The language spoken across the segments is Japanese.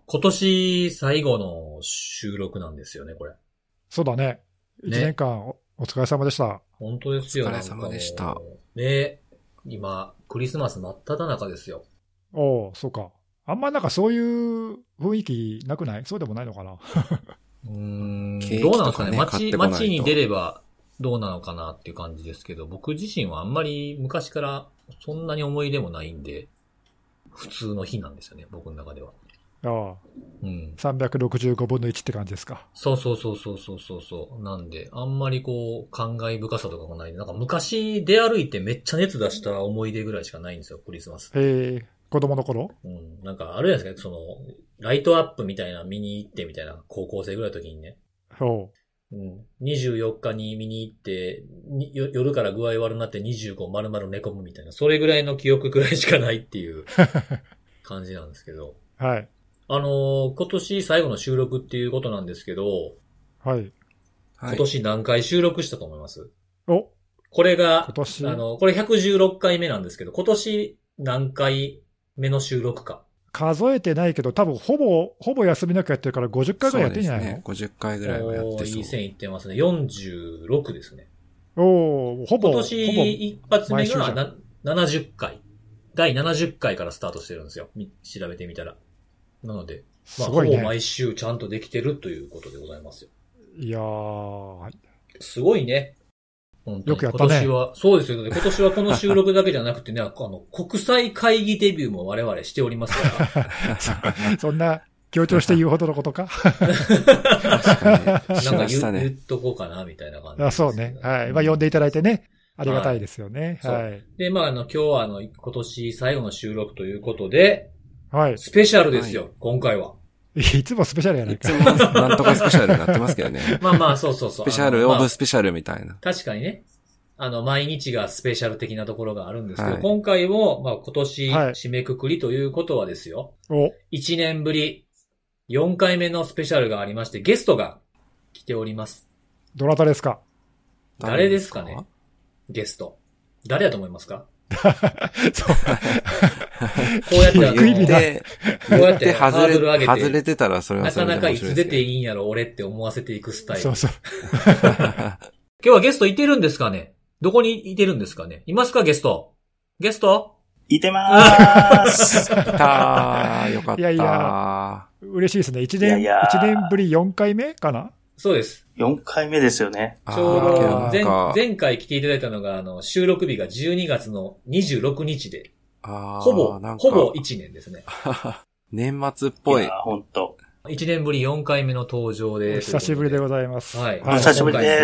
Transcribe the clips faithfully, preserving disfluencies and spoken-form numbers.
今年最後の収録なんですよね、これ。 そうだね。一年間 お,、ね、お疲れ様でした。 本当ですよ。 お疲れ様でした。 ね、今、クリスマス真っ只中ですよ。 おー、そうか。あんまなんかそういう雰囲気なくない？そうでもないのかな。 うーん、どうなんですかね。街、街に出ればどうなのかなっていう感じですけど、僕自身はあんまり昔からそんなに思い出もないんで、普通の日なんですよね、僕の中では。 ああ、 うん。 さんびゃくろくじゅうごぶんのいちって感じですか。 そうそうそうそうそうそうそう。なんで、あんまりこう、感慨深さとかもない。なんか昔出歩いてめっちゃ熱出した思い出ぐらいしかないんですよ、クリスマス。 へえ、子供の頃？ うん。なんかあるじゃないですか、その、ライトアップみたいな見に行ってみたいな、高校生ぐらいの時にね。 そう。 うん。にじゅうよっかに見に行って、に夜から具合悪くなってにじゅうご丸々寝込むみたいな、それぐらいの記憶くらいしかないっていう感じなんですけど。 はい。 あのー、今年最後の収録っていうことなんですけど、 はい。 今年何回収録したと思います？ お、 これが、 今年あの、これひゃくじゅうろっかいめなんですけど、今年何回目の収録か。 数えてないけど、多分ほぼ、ほぼ休みなくやってるからごじゅっかいぐらいやってんじゃないの？ そうですね。ごじゅっかいぐらいはやってそう。 いい線いってますね。よんじゅうろくですね。 おー、ほぼ。 今年一発目がなななじゅっかい。だいななじゅっかいからスタートしてるんですよ。調べてみたら。なので、まあ、ほぼ毎週ちゃんとできてるということでございますよ。 いやー。 すごいね。本当によくやったね。 今年は、そうですよね。今年はこの収録だけじゃなくてね、あの、国際会議デビューも我々しておりますから。 そ, そんな、強調して言うほどのことか。 なんか言, ね、言っとこうかな、みたいな感じ、ね。 あ、そうね。はい。まあ、呼んでいただいてね。ありがたいですよね。はい。はい、 で、まあ、あの、今日はあの、今年最後の収録ということで、 はい。 スペシャルですよ、はい、今回は。 いつもスペシャルやないか。 いつもなんとかスペシャルになってますけどね。 まあまあ、そうそうそう。 スペシャルオブスペシャルみたいな。まあ、 確かにね。あの、毎日がスペシャル的なところがあるんですけど、はい、今回も、まあ今年締めくくりということはですよ。 はい、 いちねんぶりよんかいめのスペシャルがありまして、ゲストが来ております。 どなたですか？ 誰ですかね？ゲスト。誰だと思いますか？ そう。こうやってあの、 言って、 こうやってハードル上げて、 外れてたらそれはそれで面白いですよ。 なかなかいつ出ていいんやろ、俺って思わせていくスタイル。 そうそう。 今日はゲストいてるんですかね？どこにいてるんですかね？いますかゲスト？ゲスト？ いてまーす。 いたー。よかったー。 いやいや、嬉しいですね。一年、いやいや一年ぶりよんかいめかな？ そうです。 よんかいめですよね。 ちょうど前、前回来ていただいたのが、あの、収録日がじゅうにがつのにじゅうろくにちで、 あほぼ、ほぼいちねんですね。 年末っぽい。 いや、ほんと。 いちねんぶりよんかいめの登場で。 お久しぶりでございます。 はい。 お久しぶりです。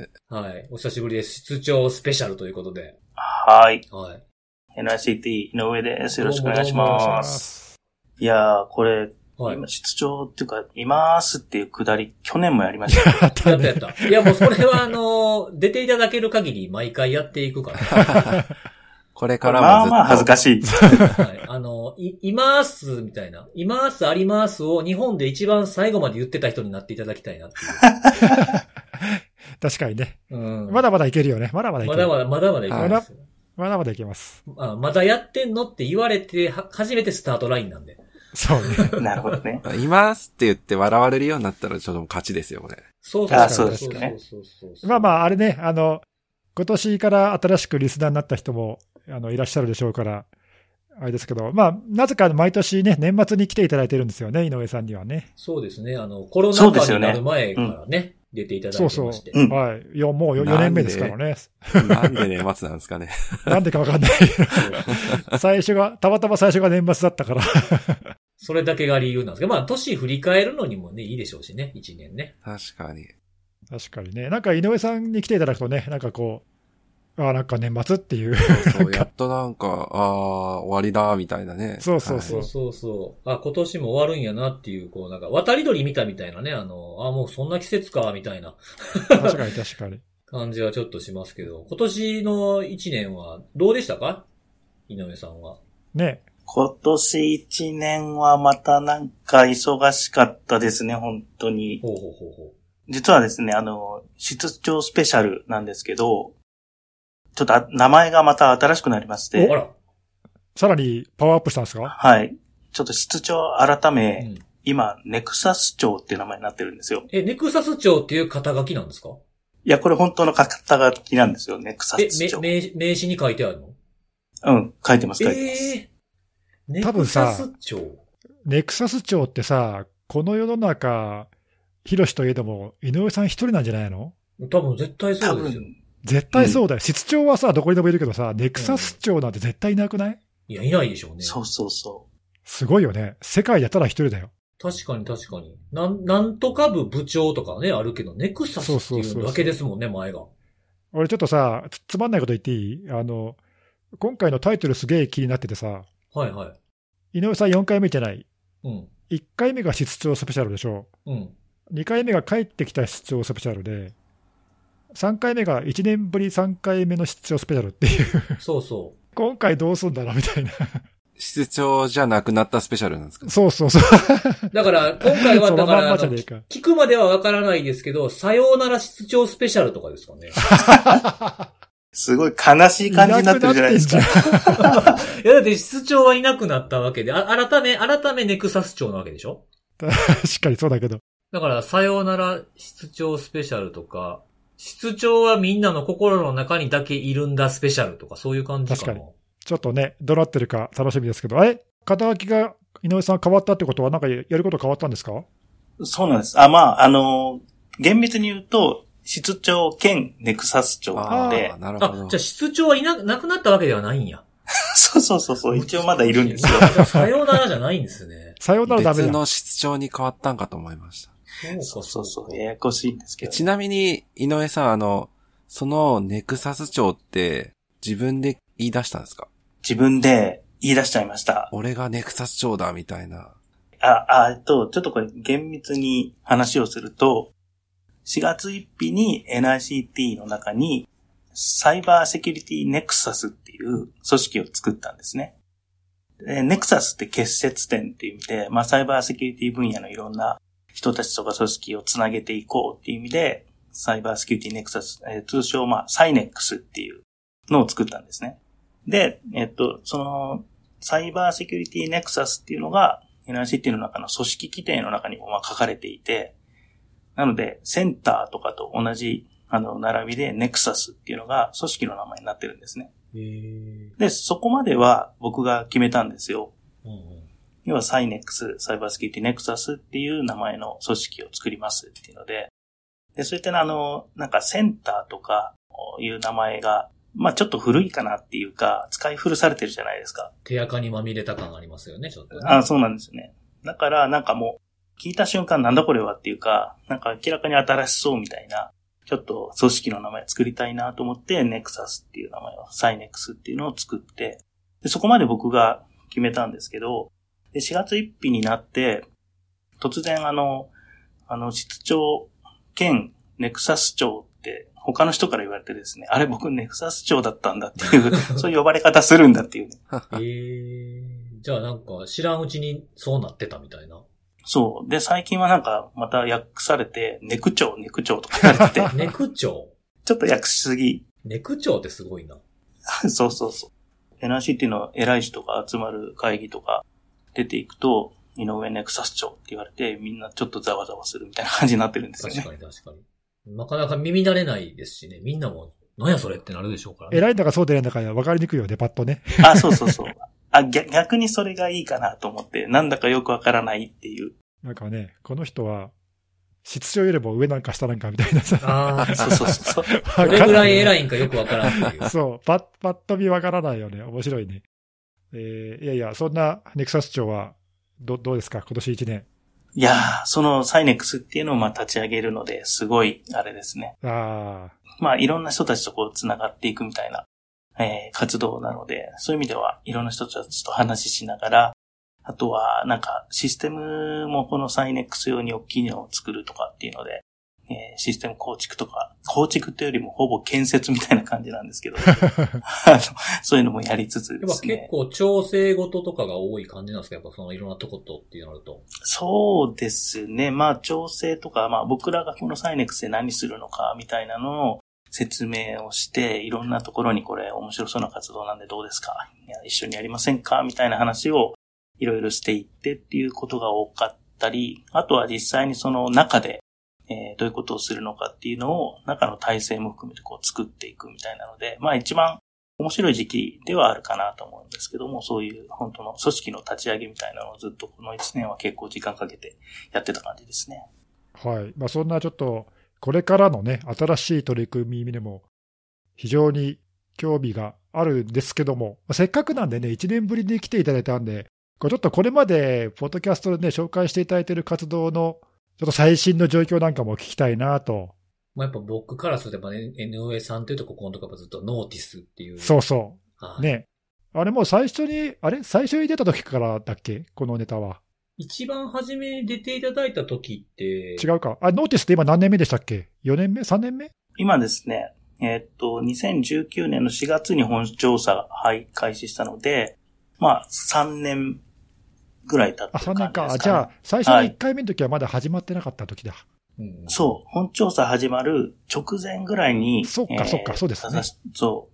はい。お久しぶりです。出張スペシャルということで。 はい。 はい。 エヌアイシーティー 井上です。よろしくお願いします。いやー、これ、はい、今、出張っていうか、いますっていうくだり、去年もやりました。 やったやった。いや、もうそれはあの、出ていただける限り毎回やっていくから。 これからもずっと。 まあまあ恥ずかしい。 はい。あの、い、いますみたいな。いますありますを日本で一番最後まで言ってた人になっていただきたいなっていう。 確かにね。 うん。 まだまだいけるよね。まだまだいける。 まだまだ、まだまだいけます。 まだまだいけます。 あ、まだやってんのって言われて、は、初めてスタートラインなんで。 そうね。なるほどね。 いますって言って笑われるようになったらちょっと勝ちですよ、これ。 そうそうそうですね。 まあまあ、あれね、あの、今年から新しくリスナーになった人も、あの、いらっしゃるでしょうから、あれですけど、まあ、なぜか毎年ね、年末に来ていただいてるんですよね、井上さんにはね。 そうですね。あの、コロナ禍になる前からね、ねうん、出ていただいてまして。そうそう。 うん、はい。よ、もうよねんめですからね。 なんで年末なんですかね。 なんでかわかんない。最初が、たまたま最初が年末だったから。 それだけが理由なんですけど、まあ、年振り返るのにもね、いいでしょうしね、一年ね。 確かに。 確かにね。なんか井上さんに来ていただくとね、なんかこう、ああ、なんか年末っていう。 そうそうやっとなんか、ああ、終わりだ、みたいなね。 そうそうそう。 はい、そうそう。あ、今年も終わるんやなっていう、こう、なんか、渡り鳥見たみたいなね、あの、あ、もうそんな季節か、みたいな。 確かに確かに。 感じはちょっとしますけど、今年の一年はどうでしたか？井上さんは。 ね。 今年一年はまたなんか忙しかったですね、本当に。 ほうほうほうほう。 実はですね、あの、出張スペシャルなんですけど、ちょっと名前がまた新しくなりまして。 あら。 さらにパワーアップしたんですか？ はい。 ちょっと室長改め、うん、今、ネクサス長っていう名前になってるんですよ。 え、ネクサス長っていう肩書きなんですか？ いや、これ本当の肩書きなんですよ、ネクサス長。 え、名、名刺に書いてあるの？ うん、書いてます、書いてます。 えー、多分さ、ネクサス長。 ネクサス長ってさ、この世の中、ヒロシといえども、井上さん一人なんじゃないの？ 多分絶対そうですよ。 絶対そうだよ。うん、室長はさ、どこにでもいるけどさ、ネクサス長なんて絶対いなくない？うん、 いや、いないでしょうね。 そうそうそう。 すごいよね。世界やったら一人だよ。 確かに確かに。なん、なんとか部部長とかね、あるけど、ネクサスっていうだけですもんね、前が。 俺ちょっとさ、つ、つまんないこと言っていい？あの、今回のタイトルすげえ気になっててさ。 はいはい。 井上さんよんかいめじゃない。 うん。 いっかいめが室長スペシャルでしょ。 うん。 にかいめが帰ってきた室長スペシャルで、さんかいめがいちねんぶりさんかいめの室長スペシャルっていう。 そうそう。 今回どうすんだろうみたいな。 室長じゃなくなったスペシャルなんですか？ そうそうそう。 だから、今回は、だから、聞くまではわからないですけど、さようなら室長スペシャルとかですかね。 すごい悲しい感じになってるじゃないですか。 いや、だって室長はいなくなったわけで、あ、改め、改めネクサス長なわけでしょ？ 確かにそうだけど。 だから、さようなら室長スペシャルとか、室長はみんなの心の中にだけいるんだスペシャルとか、そういう感じかな。確かに。 ちょっとね、どうなってるか楽しみですけど、え、肩書きが井上さん変わったってことは、なんかやること変わったんですか？ そうなんです。あ、まあ、あの、厳密に言うと、室長兼ネクサス長なので。 あ、なるほど。 あ、じゃあ室長はいな、なくなったわけではないんや。 そうそうそうそう、一応まだいるんですよ。 さようならじゃないんですね。 さようならダメだ。 別の室長に変わったんかと思いました。 そうそうそうそう、ややこしいんですけど。 ちなみに、井上さん、あの、そのネクサス長って自分で言い出したんですか？ 自分で言い出しちゃいました。 俺がネクサス長だ、みたいな。 あ、あ、えっと、ちょっとこれ厳密に話をすると、しがつついたちに エヌアイシーティー の中にサイバーセキュリティネクサスっていう組織を作ったんですね。で、ネクサスって結節点っていう意味で、まあサイバーセキュリティ分野のいろんな人たちとか組織をつなげていこうっていう意味で、サイバーセキュリティネクサス、えー、通称まあサイネックスっていうのを作ったんですね。で、えっと、そのサイバーセキュリティネクサスっていうのが エヌアイシーティー の中の組織規定の中にもまあ書かれていて、なので、センターとかと同じ、あの、並びで、ネクサスっていうのが組織の名前になってるんですね。 へー。 で、そこまでは僕が決めたんですよ。 うんうん、 要は、サイネックス、サイバーセキュリティネクサスっていう名前の組織を作りますっていうので、で、そういったあの、なんかセンターとかいう名前が、まあちょっと古いかなっていうか、使い古されてるじゃないですか。 手垢にまみれた感がありますよね、ちょっと、ね。 あ、そうなんですよね。だから、なんかもう、聞いた瞬間なんだこれはっていうか、なんか明らかに新しそうみたいな、ちょっと組織の名前作りたいなと思って、ネクサスっていう名前を、サイネックスっていうのを作って、でそこまで僕が決めたんですけど、でしがつついたちになって、突然あの、あの、室長兼ネクサス長って他の人から言われてですね、あれ僕ネクサス長だったんだっていう、そういう呼ばれ方するんだっていうね。 へー。じゃあなんか知らんうちにそうなってたみたいな。 そう。で、最近はなんか、また訳されて、ネク長、ネク長とか言われてて。 ネク長ちょっと訳しすぎ。 ネク長ってすごいな。 そうそうそう。エヌアイシーティー の偉い人が集まる会議とか出ていくと、井上ネクサス長って言われて、みんなちょっとざわざわするみたいな感じになってるんですよね。 確かに確かに。なかなか耳慣れないですしね、みんなも、なんやそれってなるでしょうからね。 偉いんだかそうでないんだか分かりにくいよね、パッとね。 あ、そうそうそう。あ、逆にそれがいいかなと思って、なんだかよくわからないっていう。 なんかね、この人は、室長よりも上なんか下なんかみたいなさ。 ああ、そうそうそう。 どれぐらい偉いんかよくわからんっていう。 そう、パッ、パッと見わからないよね。面白いね。えー、いやいや、そんなネクサス長は、ど、どうですか今年一年。 いやー、そのサイネックスっていうのをまあ立ち上げるので、すごい、あれですね。 ああ。 まあ、いろんな人たちとこう繋がっていくみたいな。えー、活動なので、そういう意味ではいろんな人たちと話ししながら、あとはなんかシステムもこのサイネックス用に大きいのを作るとかっていうので、えー、システム構築とか、構築というよりもほぼ建設みたいな感じなんですけど、あのそういうのもやりつつですね。 結構調整事とかが多い感じなんですか？やっぱそのいろんなとことっていうのと。 そうですね。まあ調整とか、まあ僕らがこのサイネックスで何するのかみたいなのを説明をして、いろんなところにこれ面白そうな活動なんでどうですか？いや、一緒にやりませんか？みたいな話をいろいろしていってっていうことが多かったり、あとは実際にその中で、えー、どういうことをするのかっていうのを中の体制も含めてこう作っていくみたいなので、まあ一番面白い時期ではあるかなと思うんですけども、そういう本当の組織の立ち上げみたいなのをずっとこのいちねんは結構時間かけてやってた感じですね。 はい。まあそんなちょっと、これからのね、新しい取り組みでも非常に興味があるんですけども、せっかくなんでね、いちねんぶりに来ていただいたんで、これちょっとこれまで、ポッドキャストでね、紹介していただいている活動の、ちょっと最新の状況なんかも聞きたいなと。 まあ、やっぱ僕からすればね、江上さんというとここのところずっとノーティスっていう。 そうそう。 はい、 ね。あれもう最初に、あれ最初に出た時からだっけこのネタは。 一番初めに出ていただいた時って。 違うか。あ、ノーティスって今何年目でしたっけ ?よ 年目 ?さん 年目今ですね、えー、っと、にせんじゅうきゅうねんのしがつに本調査開始したので、まあ、さんねんぐらい経ってる感じですかね。あ、さんねんか。じゃあ、最初のいっかいめの時はまだ始まってなかった時だ。はいうん、 そう。本調査始まる直前ぐらいに。 そうか、えー、そうか、そうですね。 そう。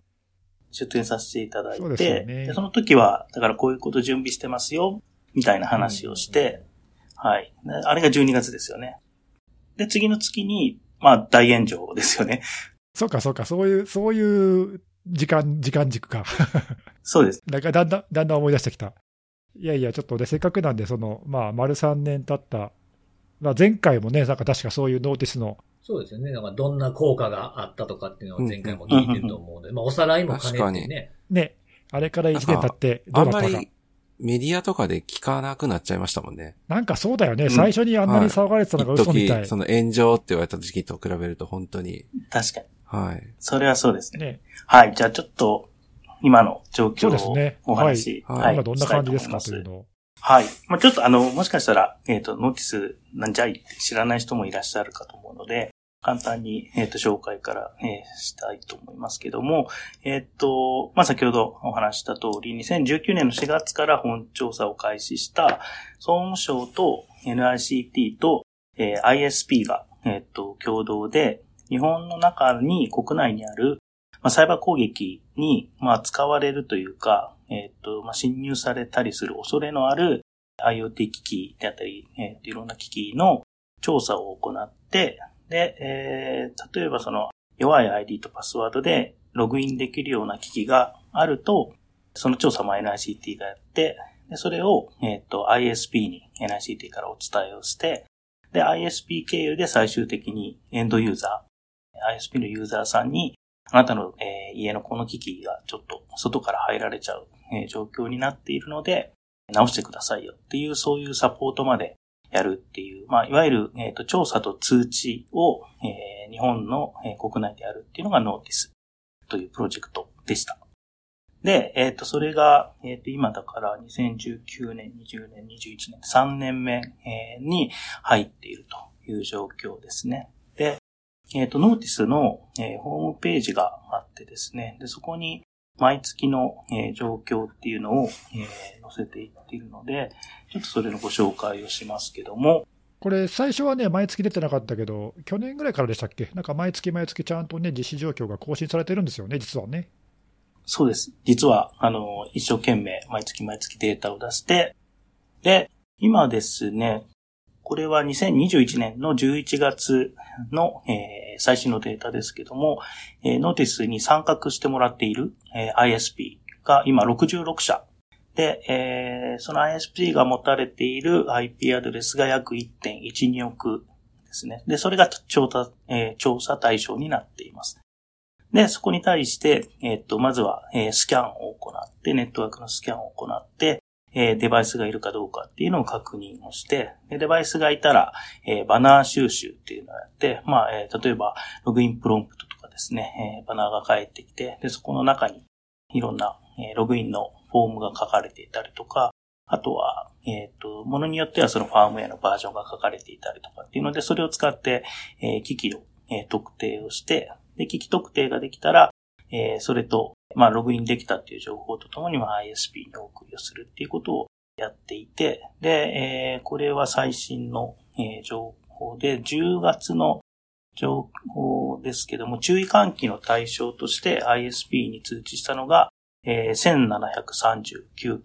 出演させていただいて、 そうですよね、 でその時は、だからこういうこと準備してますよ、みたいな話をして、うん、はい。あれがじゅうにがつですよね。で、次の月に、まあ、大炎上ですよね。 そうか、そうか、そういう、そういう時間、時間軸か。 そうです。 だからだんだん、だんだん思い出してきた。いやいや、ちょっとね、せっかくなんで、その、まあ、丸さんねん経った、まあ、前回もね、なんか確かそういうノーティスの。 そうですよね。なんかどんな効果があったとかっていうのを前回も聞いてると思うので、うん、まあ、おさらいも兼ねてね。 ね、あれからいちねん経ってどうだったか。 あんまりメディアとかで聞かなくなっちゃいましたもんね。 なんかそうだよね。うん、最初にあんなに騒がれてたのが嘘みたい。 はい、その炎上って言われた時期と比べると本当に。 確かに。 はい。 それはそうですね。ねはい。じゃあちょっと、今の状況をお話、 はい。はい。今どんな感じですかというのを。 はい。まあ、ちょっとあの、もしかしたら、えっと、ノーティスなんじゃいって知らない人もいらっしゃるかと思うので、簡単に、えっと、紹介から、えー、したいと思いますけども、えっと、まあ、先ほどお話した通り、にせんじゅうきゅうねんのしがつから本調査を開始した、総務省と エヌアイシーティー と、えー、アイエスピー が、えっと、共同で、日本の中に、国内にある、まあ、サイバー攻撃に、まあ、使われるというか、えっと、まあ、侵入されたりする恐れのある IoT 機器であったり、えー、いろんな機器の調査を行って、で、えー、例えばその弱い アイディー とパスワードでログインできるような機器があると、その調査も エヌアイシーティー がやって、でそれを、えっと、アイエスピー に エヌアイシーティー からお伝えをして、で、アイエスピー 経由で最終的にエンドユーザー、アイエスピー のユーザーさんに、あなたの、えー、家のこの機器がちょっと外から入られちゃう、えー、状況になっているので、直してくださいよっていう、そういうサポートまでやるっていう、まあ、いわゆる、えーと、調査と通知を、えー、日本の、えー、国内でやるっていうのがノーティスというプロジェクトでした。で、えっと、それが、えっと、今だからにせんじゅうきゅうねん、にじゅうねん、にじゅういちねん、さんねんめ、えー、に入っているという状況ですね。で、えっと、ノーティスの、えー、ホームページがあってですね、で、そこに毎月の、えー、状況っていうのを、えー、載せていっているので、ちょっとそれのご紹介をしますけども。 これ、最初はね、毎月出てなかったけど、去年ぐらいからでしたっけ？なんか毎月毎月ちゃんとね、実施状況が更新されてるんですよね、実はね。 そうです。実は、あの、一生懸命毎月毎月データを出して、で、今ですね、これはにせんにじゅういちねんのじゅういちがつの、えー、最新のデータですけども、えー、ノーティスに参画してもらっている、えー、アイエスピー が今ろくじゅうろくしゃで、えー、その アイエスピー が持たれている アイピー アドレスが約 いってんいちにおくですね。で、それが調査、えー、調査対象になっています。で、そこに対して、えっと、まずは、えー、スキャンを行って、ネットワークのスキャンを行って、えー、デバイスがいるかどうかっていうのを確認をして、でデバイスがいたら、えー、バナー収集っていうのをやって、まあ、えー、例えば、ログインプロンプトとかですね、えー、バナーが返ってきて、で、そこの中にいろんな、えー、ログインのフォームが書かれていたりとか、あとは、えっと、ものによってはそのファームウェアのバージョンが書かれていたりとかっていうので、それを使って、えー、機器を、えー、特定をして、で、機器特定ができたら、えー、それと、まあ、ログインできたっていう情報とともに、まあ、アイエスピー にお送りをするっていうことをやっていて、で、えー、これは最新の、えー、情報で、じゅうがつの情報ですけども、注意喚起の対象として アイエスピー に通知したのが、えー、せんななひゃくさんじゅうきゅうけん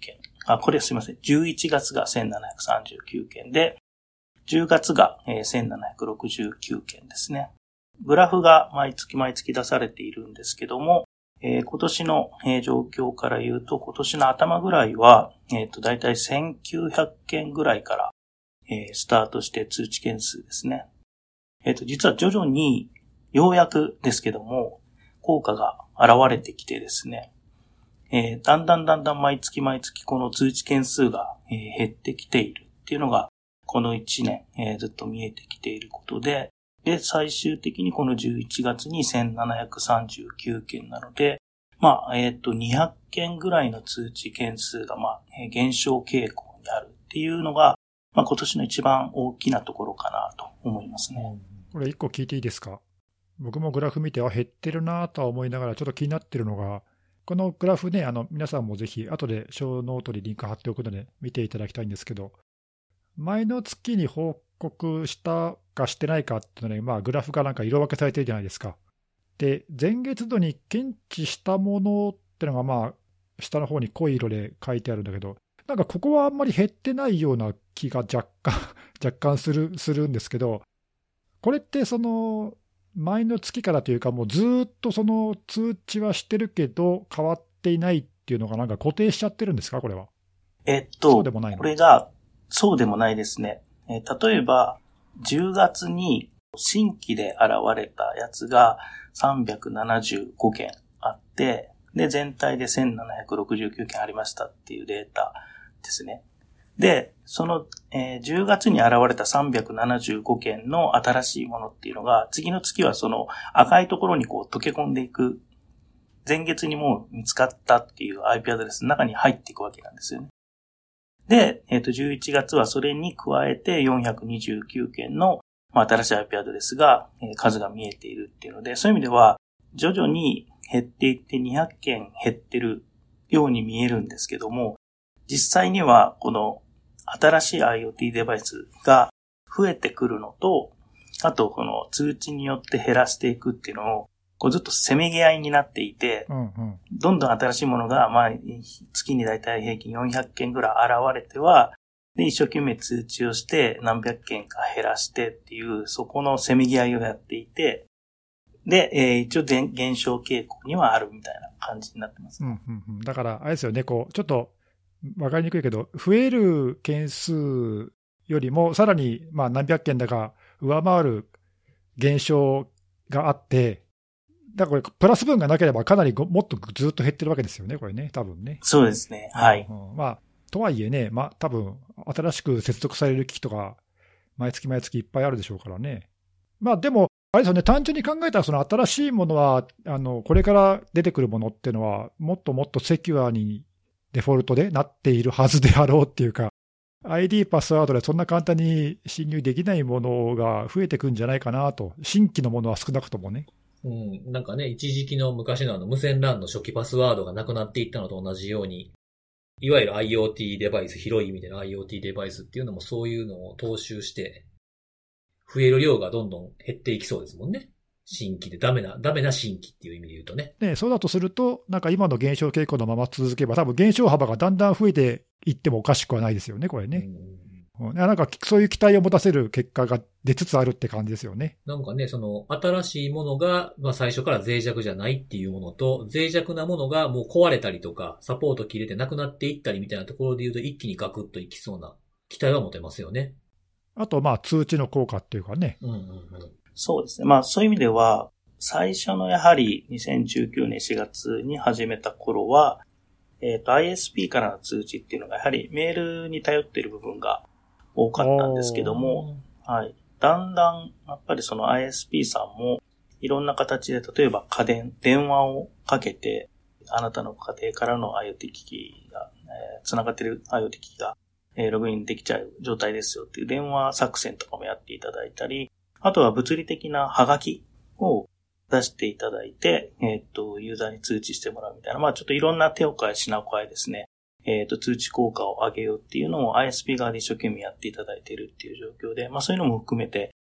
あ、これすいません。じゅういちがつがせんななひゃくさんじゅうきゅうけんで、じゅうがつがせんななひゃくろくじゅうきゅうけんですね。グラフが毎月毎月出されているんですけども、えー、今年の、えー、状況から言うと、今年の頭ぐらいは、えっと、だいたいせんきゅうひゃくけんぐらいから、えー、スタートして通知件数ですね。えっと、実は徐々に、ようやくですけども、効果が現れてきてですね、えー、だんだんだんだん毎月毎月この通知件数が、えー、減ってきているっていうのが、このいちねん、えー、ずっと見えてきていることで、で、最終的にこのじゅういちがつにせんななひゃくさんじゅうきゅうけんなので、まあ、えっと、にひゃくけんぐらいの通知件数が、まあ、えー、減少傾向にあるっていうのが、まあ、今年の一番大きなところかなと思いますね。 これ一個聞いていいですか？僕もグラフ見て、あ、減ってるなとは思いながら、ちょっと気になってるのが、このグラフね、あの、皆さんもぜひ、後で小ノートにリンク貼っておくので、見ていただきたいんですけど、前の月に報告したかしてないかっていうのね、まあ、グラフがなんか色分けされてるじゃないですか。で、前月度に検知したものってのが、まあ、下の方に濃い色で書いてあるんだけど、なんかここはあんまり減ってないような気が若干、若干する、するんですけど、これってその、前の月からというか、もうずっとその通知はしてるけど、変わっていないっていうのがなんか固定しちゃってるんですか、これは。 えっと、 そうでもないの？ これが、そうでもないですね。えー、例えば、じゅうがつに新規で現れたやつがさんびゃくななじゅうごけんあって、で、全体でせんななひゃくろくじゅうきゅうけんありましたっていうデータですね。で、その、えー、じゅうがつに現れたさんびゃくななじゅうごけんの新しいものっていうのが、次の月はその赤いところにこう溶け込んでいく、前月にもう見つかったっていう アイピー アドレスの中に入っていくわけなんですよね。で、えっと、じゅういちがつはそれに加えてよんひゃくにじゅうきゅうけんの、まあ、新しい アイピー アドレスが、えー、数が見えているっていうので、そういう意味では徐々に減っていってにひゃくけん減ってるように見えるんですけども、実際にはこの新しい IoT デバイスが増えてくるのと、あとこの通知によって減らしていくっていうのを、こうずっとせめぎ合いになっていて、 うんうん、 どんどん新しいものが、まあ、月にだいたい平均よんひゃくけんぐらい現れては、で、一生懸命通知をして何百件か減らしてっていう、そこのせめぎ合いをやっていて、で、えー、一応減少傾向にはあるみたいな感じになってます。 うんうんうん、だから、あれですよね、こう、ちょっとわかりにくいけど、増える件数よりも、さらに、まあ、何百件だか上回る減少があって、だからこれ、プラス分がなければかなりもっとずっと減ってるわけですよね、これね、多分ね。 そうですね。はい。 うん、まあ、とはいえね、まあ、多分新しく接続される機器とか、毎月毎月いっぱいあるでしょうからね。まあ、でも、あれですよね、単純に考えたら、その新しいものは、あの、これから出てくるものっていうのは、もっともっとセキュアにデフォルトでなっているはずであろうっていうか、アイディー パスワードでそんな簡単に侵入できないものが増えてくんじゃないかなと、新規のものは少なくともね。 うん、なんかね、一時期の昔のあの無線 ラン の初期パスワードがなくなっていったのと同じように、いわゆる IoT デバイス、広い意味での IoT デバイスっていうのもそういうのを踏襲して、増える量がどんどん減っていきそうですもんね。新規でダメな、ダメな新規っていう意味で言うとね。 ね、そうだとすると、なんか今の減少傾向のまま続けば、多分減少幅がだんだん増えていってもおかしくはないですよね、これね。うん、なんかそういう期待を持たせる結果が出つつあるって感じですよね。 なんかね、その新しいものが、まあ最初から脆弱じゃないっていうものと、脆弱なものがもう壊れたりとか、サポート切れてなくなっていったりみたいなところで言うと、一気にガクッといきそうな期待は持てますよね。 あと、まあ通知の効果っていうかね。 うんうんうん、 そうですね。まあそういう意味では、最初のやはりにせんじゅうきゅうねんしがつに始めた頃は、えっと アイエスピー からの通知っていうのがやはりメールに頼っている部分が多かったんですけども、はい。だんだん、やっぱりその アイエスピー さんも、いろんな形で、例えば家電、電話をかけて、あなたの家庭からの IoT 機器が、えー、繋がっている IoT 機器が、えー、ログインできちゃう状態ですよっていう電話作戦とかもやっていただいたり、あとは物理的なハガキを出していただいて、えっと、ユーザーに通知してもらうみたいな、まあちょっといろんな手を変え品を変えですね、えっと、通知効果を上げようっていうのを アイエスピー 側で一生懸命やっていただいているっていう状況で、まあそういうのも含めて、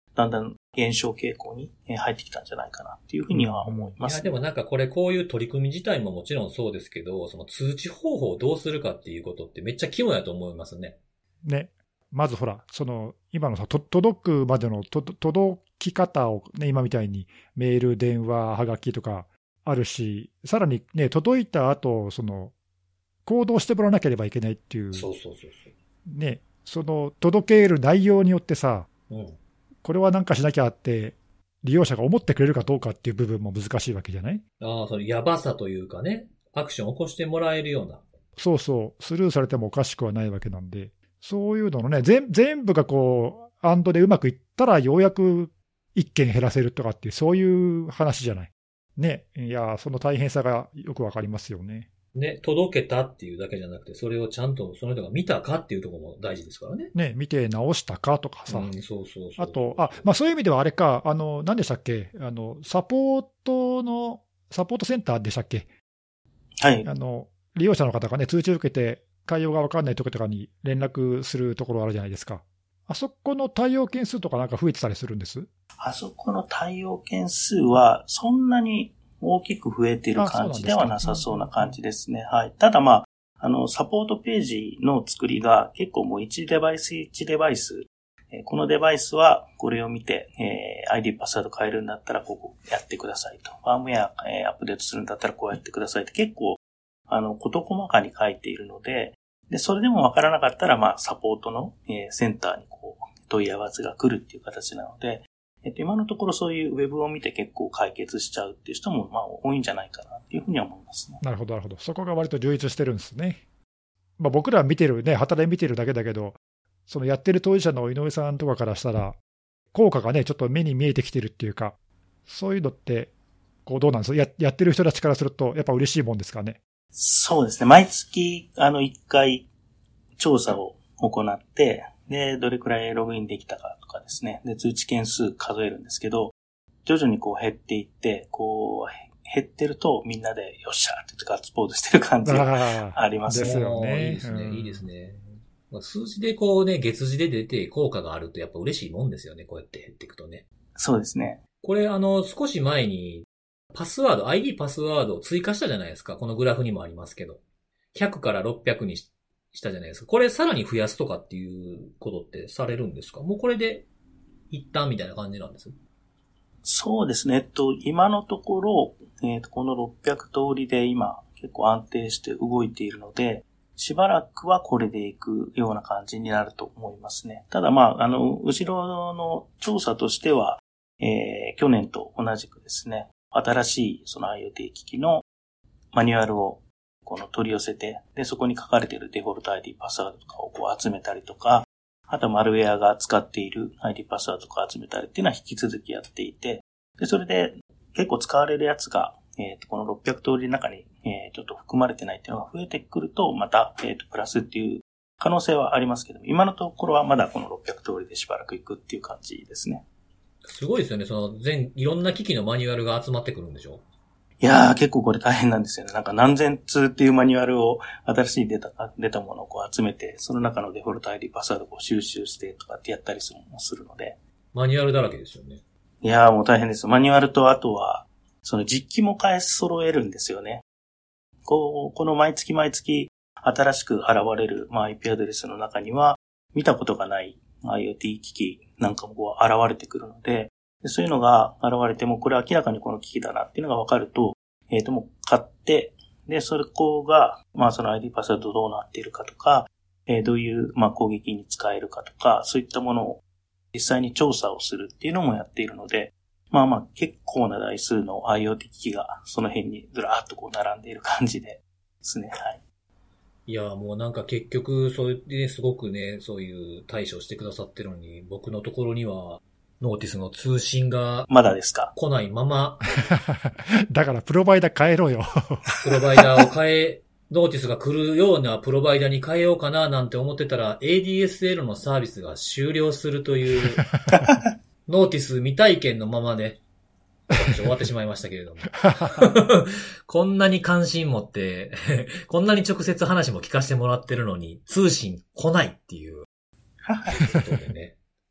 だんだん減少傾向に入ってきたんじゃないかなっていうふうには思います。 いや、でもなんかこれこういう取り組み自体ももちろんそうですけど、その通知方法をどうするかっていうことってめっちゃ肝やと思いますね。 ね。まずほら、その、今のさ、と届くまでのと届き方をね、今みたいにメール、電話、はがきとかあるし、さらにね、届いた後、その、行動してもらわなければいけないっていう。 そうそうそうそう。 ね、その、届ける内容によってさ、 うん、 これはなんかしなきゃって、利用者が思ってくれるかどうかっていう部分も難しいわけじゃない？ ああ、そのやばさというかね、アクションを起こしてもらえるような。 そうそう、スルーされてもおかしくはないわけなんで、そういうののね、全全部がこう、アンドでうまくいったら、ようやく一件減らせるとかっていう、そういう話じゃない。ね。いや、その大変さがよくわかりますよね。 ね、届けたっていうだけじゃなくて、それをちゃんとその人が見たかっていうところも大事ですからね。 ね、見て直したかとかさ。 うん、そうそうそうそう。 あと、あ、まあそういう意味ではあれか、あの、何でしたっけ、あの、サポートの、サポートセンターでしたっけ？ はい。 あの、利用者の方がね、通知を受けて、対応が分かんないところとかに連絡するところあるじゃないですか。あそこの対応件数とかなんか増えてたりするんです？ あそこの対応件数は、そんなに大きく増えている感じではなさそうな感じですね。はい。ただまあ、あの、サポートページの作りが結構もういちデバイスいちデバイス、えー、このデバイスはこれを見て、えー、アイディー パスワード変えるんだったらここやってくださいと。ファームウェア、えー、アップデートするんだったらこうやってくださいって結構、あの、事細かに書いているので、で、それでもわからなかったら、まあ、サポートの、えー、センターにこう、問い合わせが来るっていう形なので、えっと、今のところそういうウェブを見て結構解決しちゃうっていう人も、まあ、多いんじゃないかなっていうふうには思いますね。 なるほど、なるほど。そこが割と充実してるんですね。まあ、僕ら見てるね、働い見てるだけだけど、そのやってる当事者の井上さんとかからしたら、効果がね、ちょっと目に見えてきてるっていうか、そういうのって、こうどうなんですか？や、やってる人たちからすると、やっぱ嬉しいもんですかね。 そうですね。毎月、あの、一回、調査を行って、で、どれくらいログインできたかとかですね。で、通知件数数えるんですけど、徐々にこう減っていって、こう、減ってるとみんなでよっしゃーってガッツポーズしてる感じがありますね。 ですよね。 いいですね、うん、いいですね。数字でこうね、月次で出て効果があるとやっぱ嬉しいもんですよね。こうやって減っていくとね。 そうですね。 これあの、少し前に、パスワード、アイディー パスワードを追加したじゃないですか。このグラフにもありますけど。ひゃくからろっぴゃくにしたじゃないですか。これさらに増やすとかっていうことってされるんですか？もうこれで一旦みたいな感じなんです？ そうですね。えっと、今のところ、えっと、このろっぴゃく通りで今結構安定して動いているので、しばらくはこれでいくような感じになると思いますね。ただまあ、あの、後ろの調査としては、えー、去年と同じくですね、新しいその IoT 機器のマニュアルをこの取り寄せて、で、そこに書かれているデフォルト アイディー パスワードとかをこう集めたりとか、あとマルウェアが使っている アイディー パスワードとか集めたりっていうのは引き続きやっていて、で、それで結構使われるやつが、えっと、このろっぴゃく通りの中に、えー、ちょっと含まれてないっていうのが増えてくると、また、えっと、プラスっていう可能性はありますけど、今のところはまだこのろっぴゃく通りでしばらくいくっていう感じですね。 すごいですよね。その全、いろんな機器のマニュアルが集まってくるんでしょ？ いやー、結構これ大変なんですよね。なんか何千通っていうマニュアルを、新しい出た、出たものをこう集めて、その中のデフォルト アイディー パスワードをこう収集してとかってやったりするするので。 マニュアルだらけですよね。 いやー、もう大変です。マニュアルとあとは、その実機も変え揃えるんですよね。こう、この毎月毎月新しく現れる、まあ、アイピー アドレスの中には、見たことがない IoT 機器なんかもこう現れてくるので、でそういうのが現れても、これ明らかにこの機器だなっていうのが分かると、えっと、もう買って、で、それこが、まあ、その アイディー パスワードどうなっているかとか、えー、どういう、まあ、攻撃に使えるかとか、そういったものを実際に調査をするっていうのもやっているので、まあまあ、結構な台数の IoT 機器がその辺にずらーっとこう並んでいる感じでですね、はい。 いや、もうなんか結局、そういうね、すごくね、そういう対処してくださってるのに、僕のところには、ノーティスの通信が、 まだですか？ 来ないまま。 だから、プロバイダー変えろよ。 プロバイダーを変え、ノーティスが来るようなプロバイダーに変えようかななんて思ってたら、エーディーエスエル のサービスが終了するという、ノーティス未体験のままね、終わってしまいましたけれども。こんなに関心持って、こんなに直接話も聞かせてもらってるのに、通信来ないっていうことでね。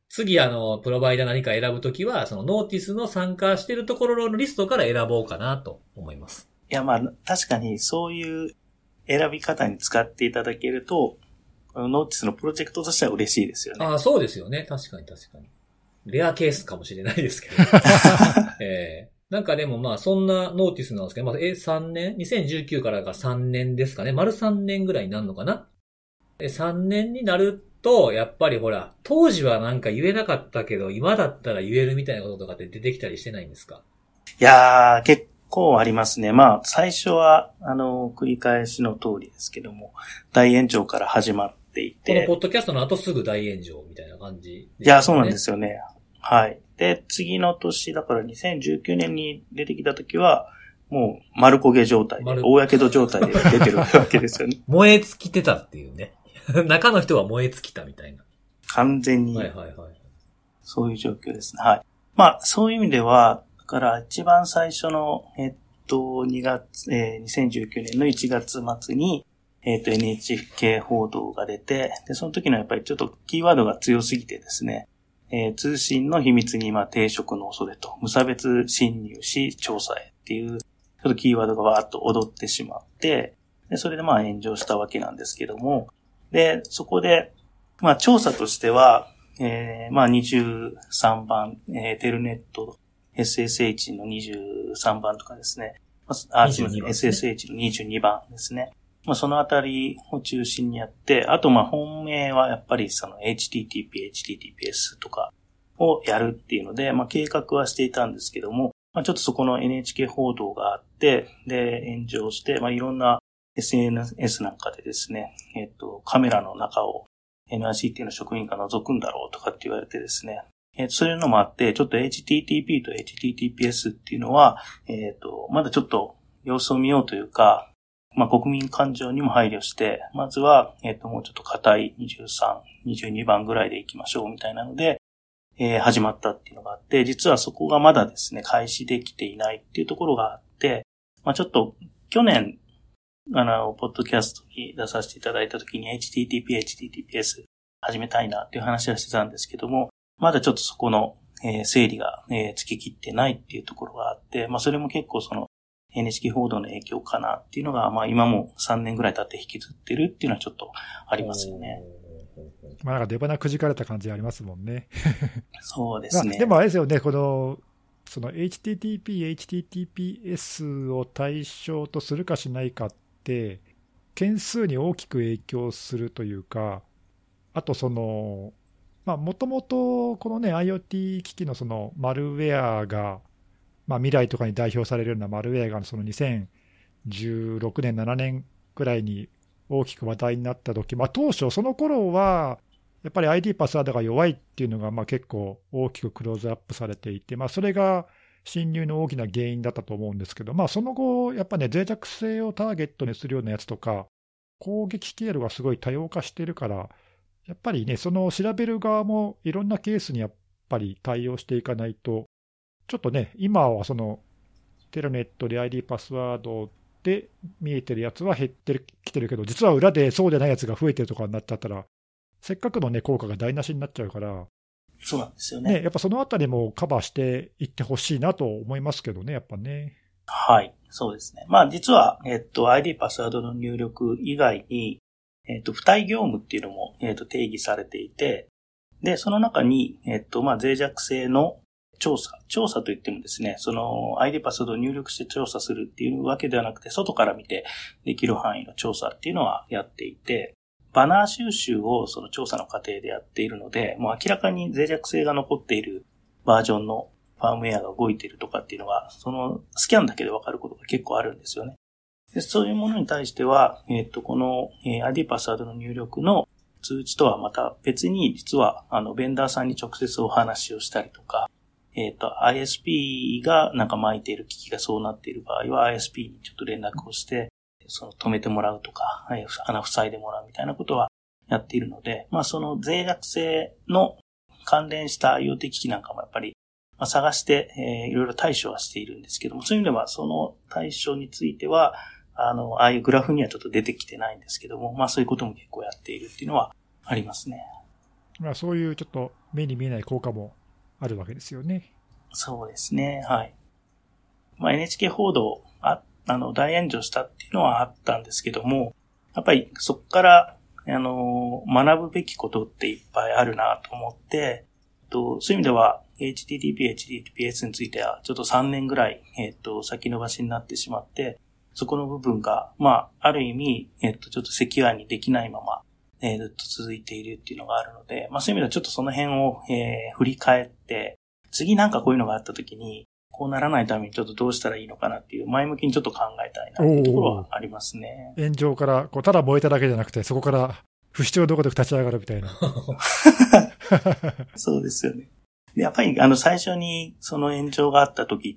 次あの、プロバイダー何か選ぶときは、そのノーティスの参加してるところのリストから選ぼうかなと思います。 いや、まあ、確かにそういう選び方に使っていただけると、ノーティスのプロジェクトとしては嬉しいですよね。 ああ、そうですよね。確かに確かに。レアケースかもしれないですけど。えー、なんかでもまあ、そんなノーティスなんですけど、まあ、え、さんねん ?にせんじゅうきゅうからがさんねんですかね。丸さんねんぐらいになるのかな。さんねんになると、やっぱりほら、当時はなんか言えなかったけど、今だったら言えるみたいなこととかって出てきたりしてないんですか？ いやー、結構ありますね。まあ、最初は、あの、繰り返しの通りですけども、大炎上から始まっていて。 このポッドキャストの後すぐ大炎上みたいな感じ、ね。 いや、そうなんですよね。はい。で、次の年、だからにせんじゅうきゅうねんに出てきた時は、もう丸焦げ状態で、大やけど状態で出てるわけですよね。 燃え尽きてたっていうね。中の人は燃え尽きたみたいな。 完全に。 はいはいはい。 そういう状況ですね。はい。まあ、そういう意味では、だから一番最初の、えっと、にがつ、えー、にせんじゅうきゅうねんのいちがつ末に、えっと、エヌエイチケー 報道が出て、で、その時のやっぱりちょっとキーワードが強すぎてですね、えー、通信の秘密にまあ抵触の恐れと、無差別侵入し調査へっていう、ちょっとキーワードがわーっと踊ってしまって、で、それでまあ炎上したわけなんですけども、で、そこで、まあ調査としては、えー、まあにじゅうさんばん、えー、テルネット エスエスエイチ のにじゅうさんばんとかですね。あ、すみません、エスエスエイチ のにじゅうにばんですね。まあそのあたりを中心にやって、あとまあ本命はやっぱりその エイチティーティーピー、エイチティーティーピーエス とかをやるっていうので、まあ計画はしていたんですけども、まあちょっとそこの エヌエイチケー 報道があって、で、炎上して、まあいろんなエスエヌエス なんかでですね、えっと、カメラの中を エヌアイシーティー の職員が覗くんだろうとかって言われてですね、えっと、そういうのもあって、ちょっと エイチティーティーピー と エイチティーティーピーエス っていうのは、えっと、まだちょっと様子を見ようというか、まあ国民感情にも配慮して、まずは、えっと、もうちょっと硬いにじゅうさん、にじゅうにばんぐらいで行きましょうみたいなので、えー、始まったっていうのがあって、実はそこがまだですね、開始できていないっていうところがあって、まあちょっと去年、あの、ポッドキャストに出させていただいたときに エイチティーティーピー、エイチティーティーピーエス 始めたいなっていう話はしてたんですけども、まだちょっとそこの、えー、整理が、えー、つききってないっていうところがあって、まあそれも結構その エヌエイチケー 報道の影響かなっていうのが、まあ今もさんねんぐらい経って引きずってるっていうのはちょっとありますよね。 まあなんか出花くじかれた感じありますもんね。 そうですね。 まあ、でもあれですよね、この、その エイチティーティーピー、エイチティーティーピーエス を対象とするかしないかって、件数に大きく影響するというか、あとその、まあもともとこのね IoT 機器のそのマルウェアが、まあ未来とかに代表されるようなマルウェアがそのにせんじゅうろくねん、ななねんくらいに大きく話題になった時、まあ当初その頃はやっぱり アイディー パスワードが弱いっていうのがまあ結構大きくクローズアップされていて、まあそれが侵入の大きな原因だったと思うんですけど、まあその後やっぱね脆弱性をターゲットにするようなやつとか攻撃経路がすごい多様化してるから、やっぱりねその調べる側もいろんなケースにやっぱり対応していかないと、ちょっとね今はそのテルネットで アイディー パスワードで見えてるやつは減ってきてるけど、実は裏でそうじゃないやつが増えてるとかになっちゃったら、せっかくのね効果が台無しになっちゃうから、 そうなんですよね。 ね、やっぱそのあたりもカバーしていってほしいなと思いますけどね、やっぱね。 はい、そうですね。まあ実は、えっと、アイディー パスワードの入力以外に、えっと、付帯業務っていうのも、えっと、定義されていて、で、その中に、えっと、まあ脆弱性の調査。調査といってもですね、その アイディー パスワードを入力して調査するっていうわけではなくて、外から見てできる範囲の調査っていうのはやっていて、バナー収集をその調査の過程でやっているので、もう明らかに脆弱性が残っているバージョンのファームウェアが動いているとかっていうのが、そのスキャンだけでわかることが結構あるんですよね。でそういうものに対しては、えっと、この アイディー パスワードの入力の通知とはまた別に、実はあのベンダーさんに直接お話をしたりとか、えっと、アイエスピー がなんか巻いている機器がそうなっている場合は アイエスピー にちょっと連絡をして、その止めてもらうとか、穴塞いでもらうみたいなことはやっているので、まあその脆弱性の関連した IoT 機器なんかもやっぱり探して、えー、いろいろ対処はしているんですけども、そういう意味ではその対処については、あの、ああいうグラフにはちょっと出てきてないんですけども、まあそういうことも結構やっているっていうのはありますね。 まあ、そういうちょっと目に見えない効果もあるわけですよね。 そうですね。はい。まあ、エヌエイチケー 報道、あ、あの、大炎上したっていうのはあったんですけども、やっぱりそこから、あの、学ぶべきことっていっぱいあるなと思って、とそういう意味では、エイチティーティーピー、エイチティーティーピーエス については、ちょっとさんねんぐらい、えっと、先延ばしになってしまって、そこの部分が、まあ、ある意味、えっと、ちょっとセキュアにできないまま、えー、ずっと続いているっていうのがあるので、まあそういう意味ではちょっとその辺を、えー、振り返って、次なんかこういうのがあった時に、こうならないためにちょっとどうしたらいいのかなっていう、前向きにちょっと考えたいなっていうところはありますね。 炎上から、こう、ただ燃えただけじゃなくて、そこから不死鳥どこで立ち上がるみたいな。 そうですよね。でやっぱり、あの、最初にその炎上があった時って、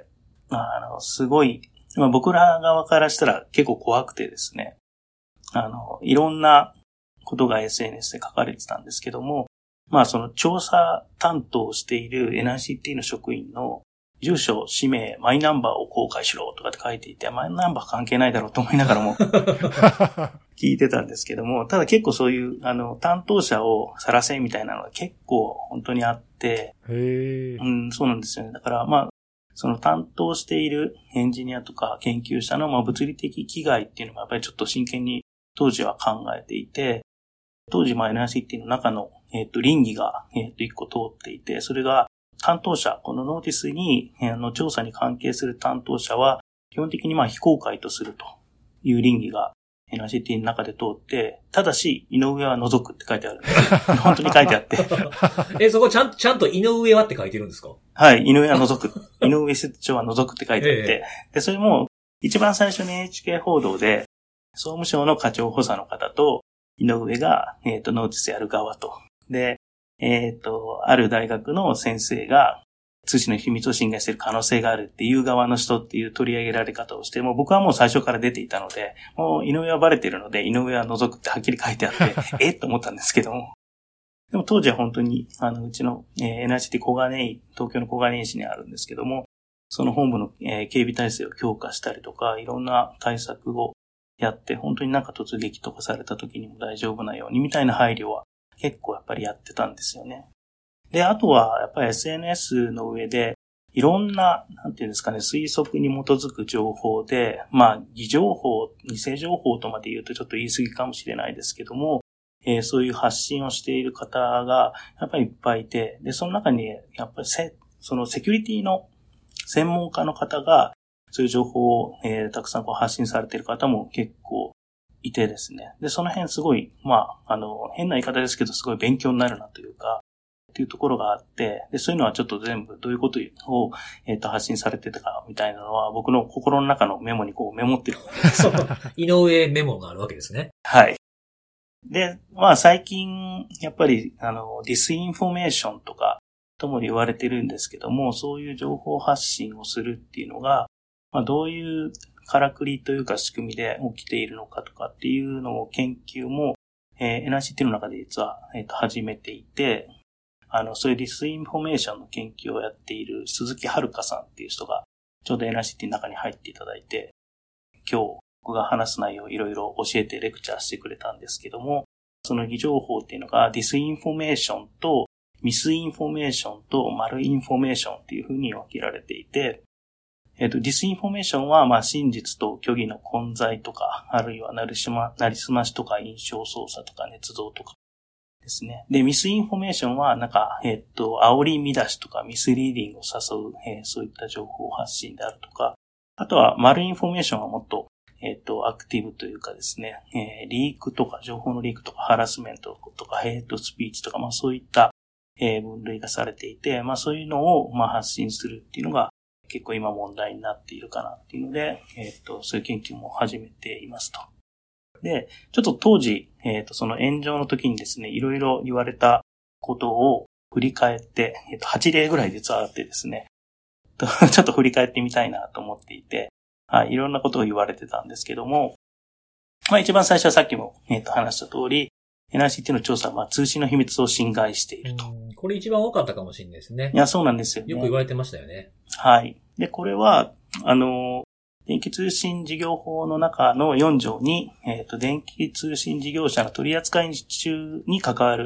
あの、すごい、まあ、僕ら側からしたら結構怖くてですね、あの、いろんなことが エスエヌエス で書かれてたんですけども、まあその調査担当をしている エヌアイシーティー の職員の住所、氏名、マイナンバーを公開しろとかって書いていて、マイナンバー関係ないだろうと思いながらも聞いてたんですけども、ただ結構そういうあの担当者を晒せみたいなのが結構本当にあって、 へー、 うん、そうなんですよね。だからまあその担当しているエンジニアとか研究者のまあ物理的危害っていうのもやっぱりちょっと真剣に当時は考えていて、当時、まあ、エヌアイシーティー の中の、えっと、倫理が、えっと、一個通っていて、それが、担当者、このノーティスに、あの、調査に関係する担当者は、基本的に、まあ、非公開とするという倫理が、エヌアイシーティー の中で通って、ただし、井上は除くって書いてあるんです。本当に書いてあって。 え、そこちゃんと、ちゃんと井上はって書いてるんですか？ はい、井上は除く。井上室長は除くって書いてあって、ええ、で、それも、一番最初に エヌエイチケー 報道で、総務省の課長補佐の方と、井上が、えっと、ノーティスやる側と。で、えっと、ある大学の先生が、通信の秘密を侵害している可能性があるっていう側の人っていう取り上げられ方をして、もう僕はもう最初から出ていたので、もう井上はバレているので、井上は除くってはっきり書いてあって、えっと思ったんですけども。でも当時は本当に、あの、うちの、えー、エヌアイシーティー 小金井、東京の小金井市にあるんですけども、その本部の、えー、警備体制を強化したりとか、いろんな対策をやって、本当になんか突撃とかされた時にも大丈夫なようにみたいな配慮は結構やっぱりやってたんですよね。で、あとはやっぱり エスエヌエス の上でいろんな、なんていうんですかね、推測に基づく情報で、まあ、偽情報、偽情報とまで言うとちょっと言い過ぎかもしれないですけども、えー、そういう発信をしている方がやっぱりいっぱいいて、で、その中にやっぱりせ、そのセキュリティの専門家の方がそういう情報を、えー、たくさんこう発信されている方も結構いてですね。で、その辺すごい、まあ、あの、変な言い方ですけど、すごい勉強になるなというか、っていうところがあって、で、そういうのはちょっと全部どういうことを、えっと、発信されてたかみたいなのは、僕の心の中のメモにこうメモってるんです。 井上メモがあるわけですね。 はい。で、まあ最近、やっぱり、あの、ディスインフォメーションとか、とも言われてるんですけども、そういう情報発信をするっていうのが、まあ、どういうからくりというか仕組みで起きているのかとかっていうのを研究も、えー、エヌアイシーティー の中で実は、えー、と始めていて、あの、そういうディスインフォメーションの研究をやっている鈴木遥さんっていう人が、ちょうど エヌアイシーティー の中に入っていただいて、今日僕が話す内容をいろいろ教えてレクチャーしてくれたんですけども、その偽情報っていうのがディスインフォメーションとミスインフォメーションとマルインフォメーションっていう風に分けられていて、えっと、ディスインフォメーションは、まあ、真実と虚偽の混在とか、あるいはなりすま、なりすましとか、印象操作とか、捏造とかですね。で、ミスインフォメーションは、なんか、えっと、煽り見出しとか、ミスリーディングを誘う、えー、そういった情報発信であるとか、あとは、マルインフォメーションはもっと、えっと、アクティブというかですね、えー、リークとか、情報のリークとか、ハラスメントとか、ヘイトスピーチとか、まあ、そういった、えー、分類がされていて、まあ、そういうのを、まあ、発信するっていうのが、結構今問題になっているかなっていうので、えっと、そういう研究も始めていますと。で、ちょっと当時、えっと、その炎上の時にですね、いろいろ言われたことを振り返って、えっと、はち例ぐらい実はあってですね、ちょっと振り返ってみたいなと思っていて、はい、いろんなことを言われてたんですけども、まあ一番最初はさっきも、えっと、話した通り、エヌアイシーティー の調査は、まあ、通信の秘密を侵害していると。 これ一番多かったかもしれないですね。 いや、そうなんですよね。 よく言われてましたよね。 はい。で、これは、あの、電気通信事業法の中のよん条に、えっと、電気通信事業者の取扱い中に関わる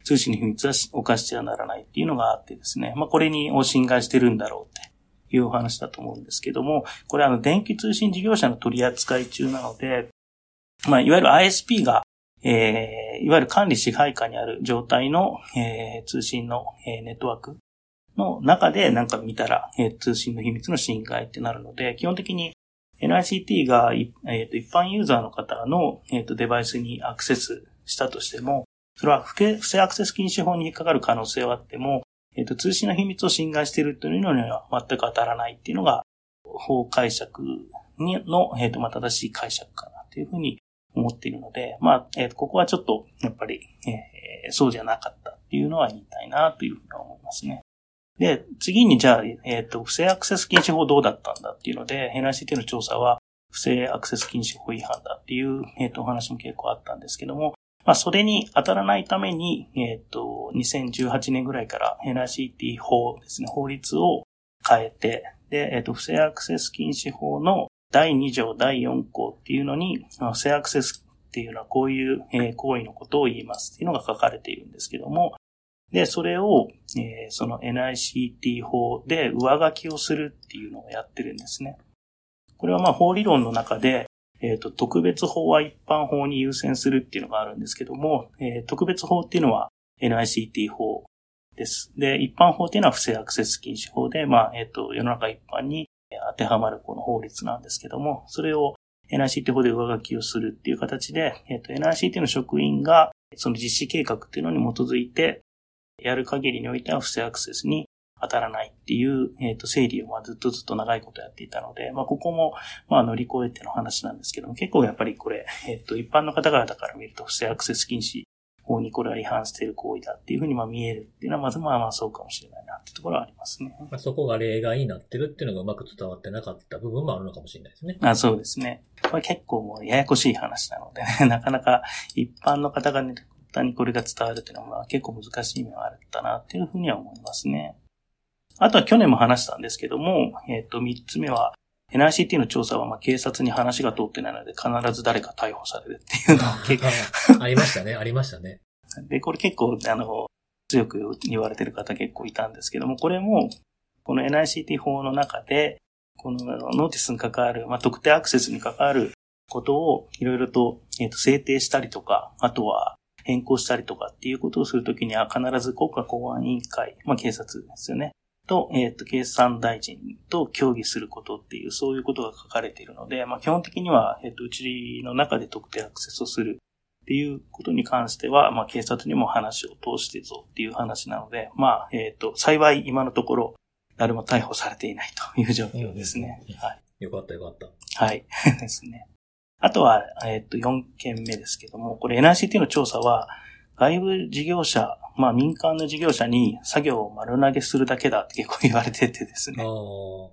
通信の秘密は侵してはならないっていうのがあってですね。まあこれにを侵害してるんだろうっていうお話だと思うんですけども、これあの電気通信事業者の取り扱い中なので、まあいわゆる アイエスピー が、えー、いわゆる管理支配下にある状態の、えー、通信の、えー、ネットワークの中でなんか見たら、えー、通信の秘密の侵害ってなるので、基本的に エヌアイシーティー が、えー、と一般ユーザーの方の、えー、とデバイスにアクセスしたとしても、それは不正アクセス禁止法に引っかかる可能性はあっても、えー、と通信の秘密を侵害しているというのには全く当たらないっていうのが法解釈にの、えー、とまあ正しい解釈かなというふうに思っているので、まあ、えー、とここはちょっとやっぱり、えー、そうじゃなかったっていうのは言いたいなというふうに思いますね。で、次にじゃあ、えっと、不正アクセス禁止法どうだったんだっていうので、エヌアイシーティー の調査は不正アクセス禁止法違反だっていう、えっと、お話も結構あったんですけども、まあ、それに当たらないために、えっと、にせんじゅうはちねんぐらいから エヌアイシーティー 法ですね、法律を変えて、で、えっと、不正アクセス禁止法のだいに条だいよん項っていうのに、不正アクセスっていうのはこういう、えー、行為のことを言いますっていうのが書かれているんですけども、で、それを、えー、その エヌアイシーティー 法で上書きをするっていうのをやってるんですね。これはまあ法理論の中で、えっと、特別法は一般法に優先するっていうのがあるんですけども、えー、特別法っていうのは エヌアイシーティー 法です。で、一般法っていうのは不正アクセス禁止法で、まあ、えっと、世の中一般に当てはまるこの法律なんですけども、それを エヌアイシーティー 法で上書きをするっていう形で、えっと、エヌアイシーティー の職員がその実施計画っていうのに基づいて、やる限りにおいては不正アクセスに当たらないっていう、えっと、整理をまあずっとずっと長いことやっていたので、まあ、ここも、まあ、乗り越えての話なんですけども、結構やっぱりこれ、えっと、一般の方々から見ると不正アクセス禁止法にこれは違反している行為だっていうふうにまあ見えるっていうのは、まずまあまあそうかもしれないなっていうところはありますね。 まあ、そこが例外になってるっていうのがうまく伝わってなかった部分もあるのかもしれないですね。 あ、そうですね。これ結構もうややこしい話なのでね、なかなか一般の方がね、にこれが伝わるというのは結構難しい面はあったなっていうふうには思いますね。あとは去年も話したんですけども、えっと、三つ目は エヌアイシーティー の調査はまあ警察に話が通ってないので必ず誰か逮捕されるっていうのを結構ありましたね、ありましたね。 で、これ結構あの強く言われてる方結構いたんですけども、これもこの エヌアイシーティー 法の中でこのノーティスに関わる、まあ、特定アクセスに関わることをいろいろと、えっと、制定したりとか、あとは変更したりとかっていうことをするときには必ず国家公安委員会、まあ警察ですよね。と、えっと、経産大臣と協議することっていう、そういうことが書かれているので、まあ基本的には、えっと、うちの中で特定アクセスをするっていうことに関しては、まあ警察にも話を通してぞっていう話なので、まあ、えっと、幸い今のところ、誰も逮捕されていないという状況ですね。 うんうん、 はい。 よかったよかった。 はい。ですね。あとは、えっと、よんけんめですけども、これ エヌアイシーティー の調査は、外部事業者、まあ民間の事業者に作業を丸投げするだけだって結構言われててですね。はい。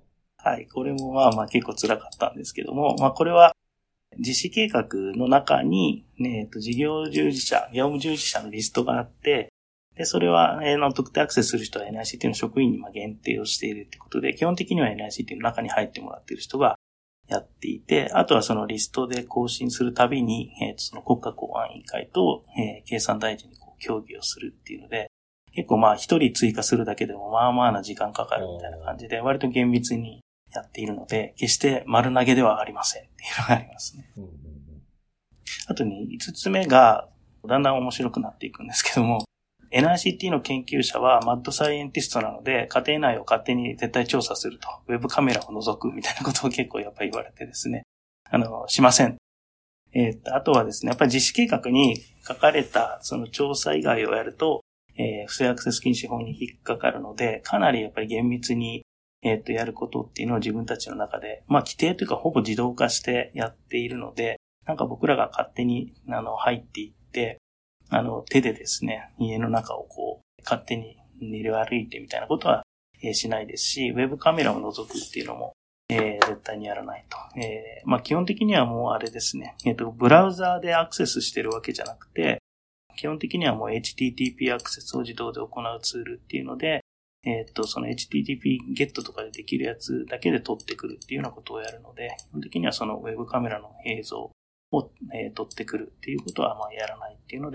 これもまあまあ結構辛かったんですけども、まあこれは実施計画の中に、ね、えっと、事業従事者、業務従事者のリストがあって、で、それは、えー、の特定アクセスする人は エヌアイシーティー の職員にまあ限定をしているってことで、基本的には エヌアイシーティー の中に入ってもらっている人がやっていて、あとはそのリストで更新するたびに、えー、その国家公安委員会と、えー、経産大臣にこう協議をするっていうので、結構まあ一人追加するだけでもまあまあな時間かかるみたいな感じで、割と厳密にやっているので、決して丸投げではありませんっていうのがありますね。うんうんうん、あとね、五つ目がだんだん面白くなっていくんですけども、エヌアイシーティー の研究者はマッドサイエンティストなので、家庭内を勝手に絶対調査すると、ウェブカメラを覗くみたいなことを結構やっぱり言われてですね、あの、しません。えー、あとはですね、やっぱり実施計画に書かれたその調査以外をやると、えー、不正アクセス禁止法に引っかかるので、かなりやっぱり厳密に、えっと、やることっていうのを自分たちの中で、まあ、規定というかほぼ自動化してやっているので、なんか僕らが勝手に、あの、入っていって、あの、手でですね、家の中をこう、勝手に練り歩いてみたいなことは、えー、しないですし、ウェブカメラを覗くっていうのも、えー、絶対にやらないと。えー、まあ、基本的にはもうあれですね、えっと、ブラウザーでアクセスしてるわけじゃなくて、基本的にはもう エイチティーティーピー アクセスを自動で行うツールっていうので、えっと、その エイチティーティーピー ゲットとかでできるやつだけで撮ってくるっていうようなことをやるので、基本的にはそのウェブカメラの映像を、えー、撮ってくるっていうことはまあやらないっていうので、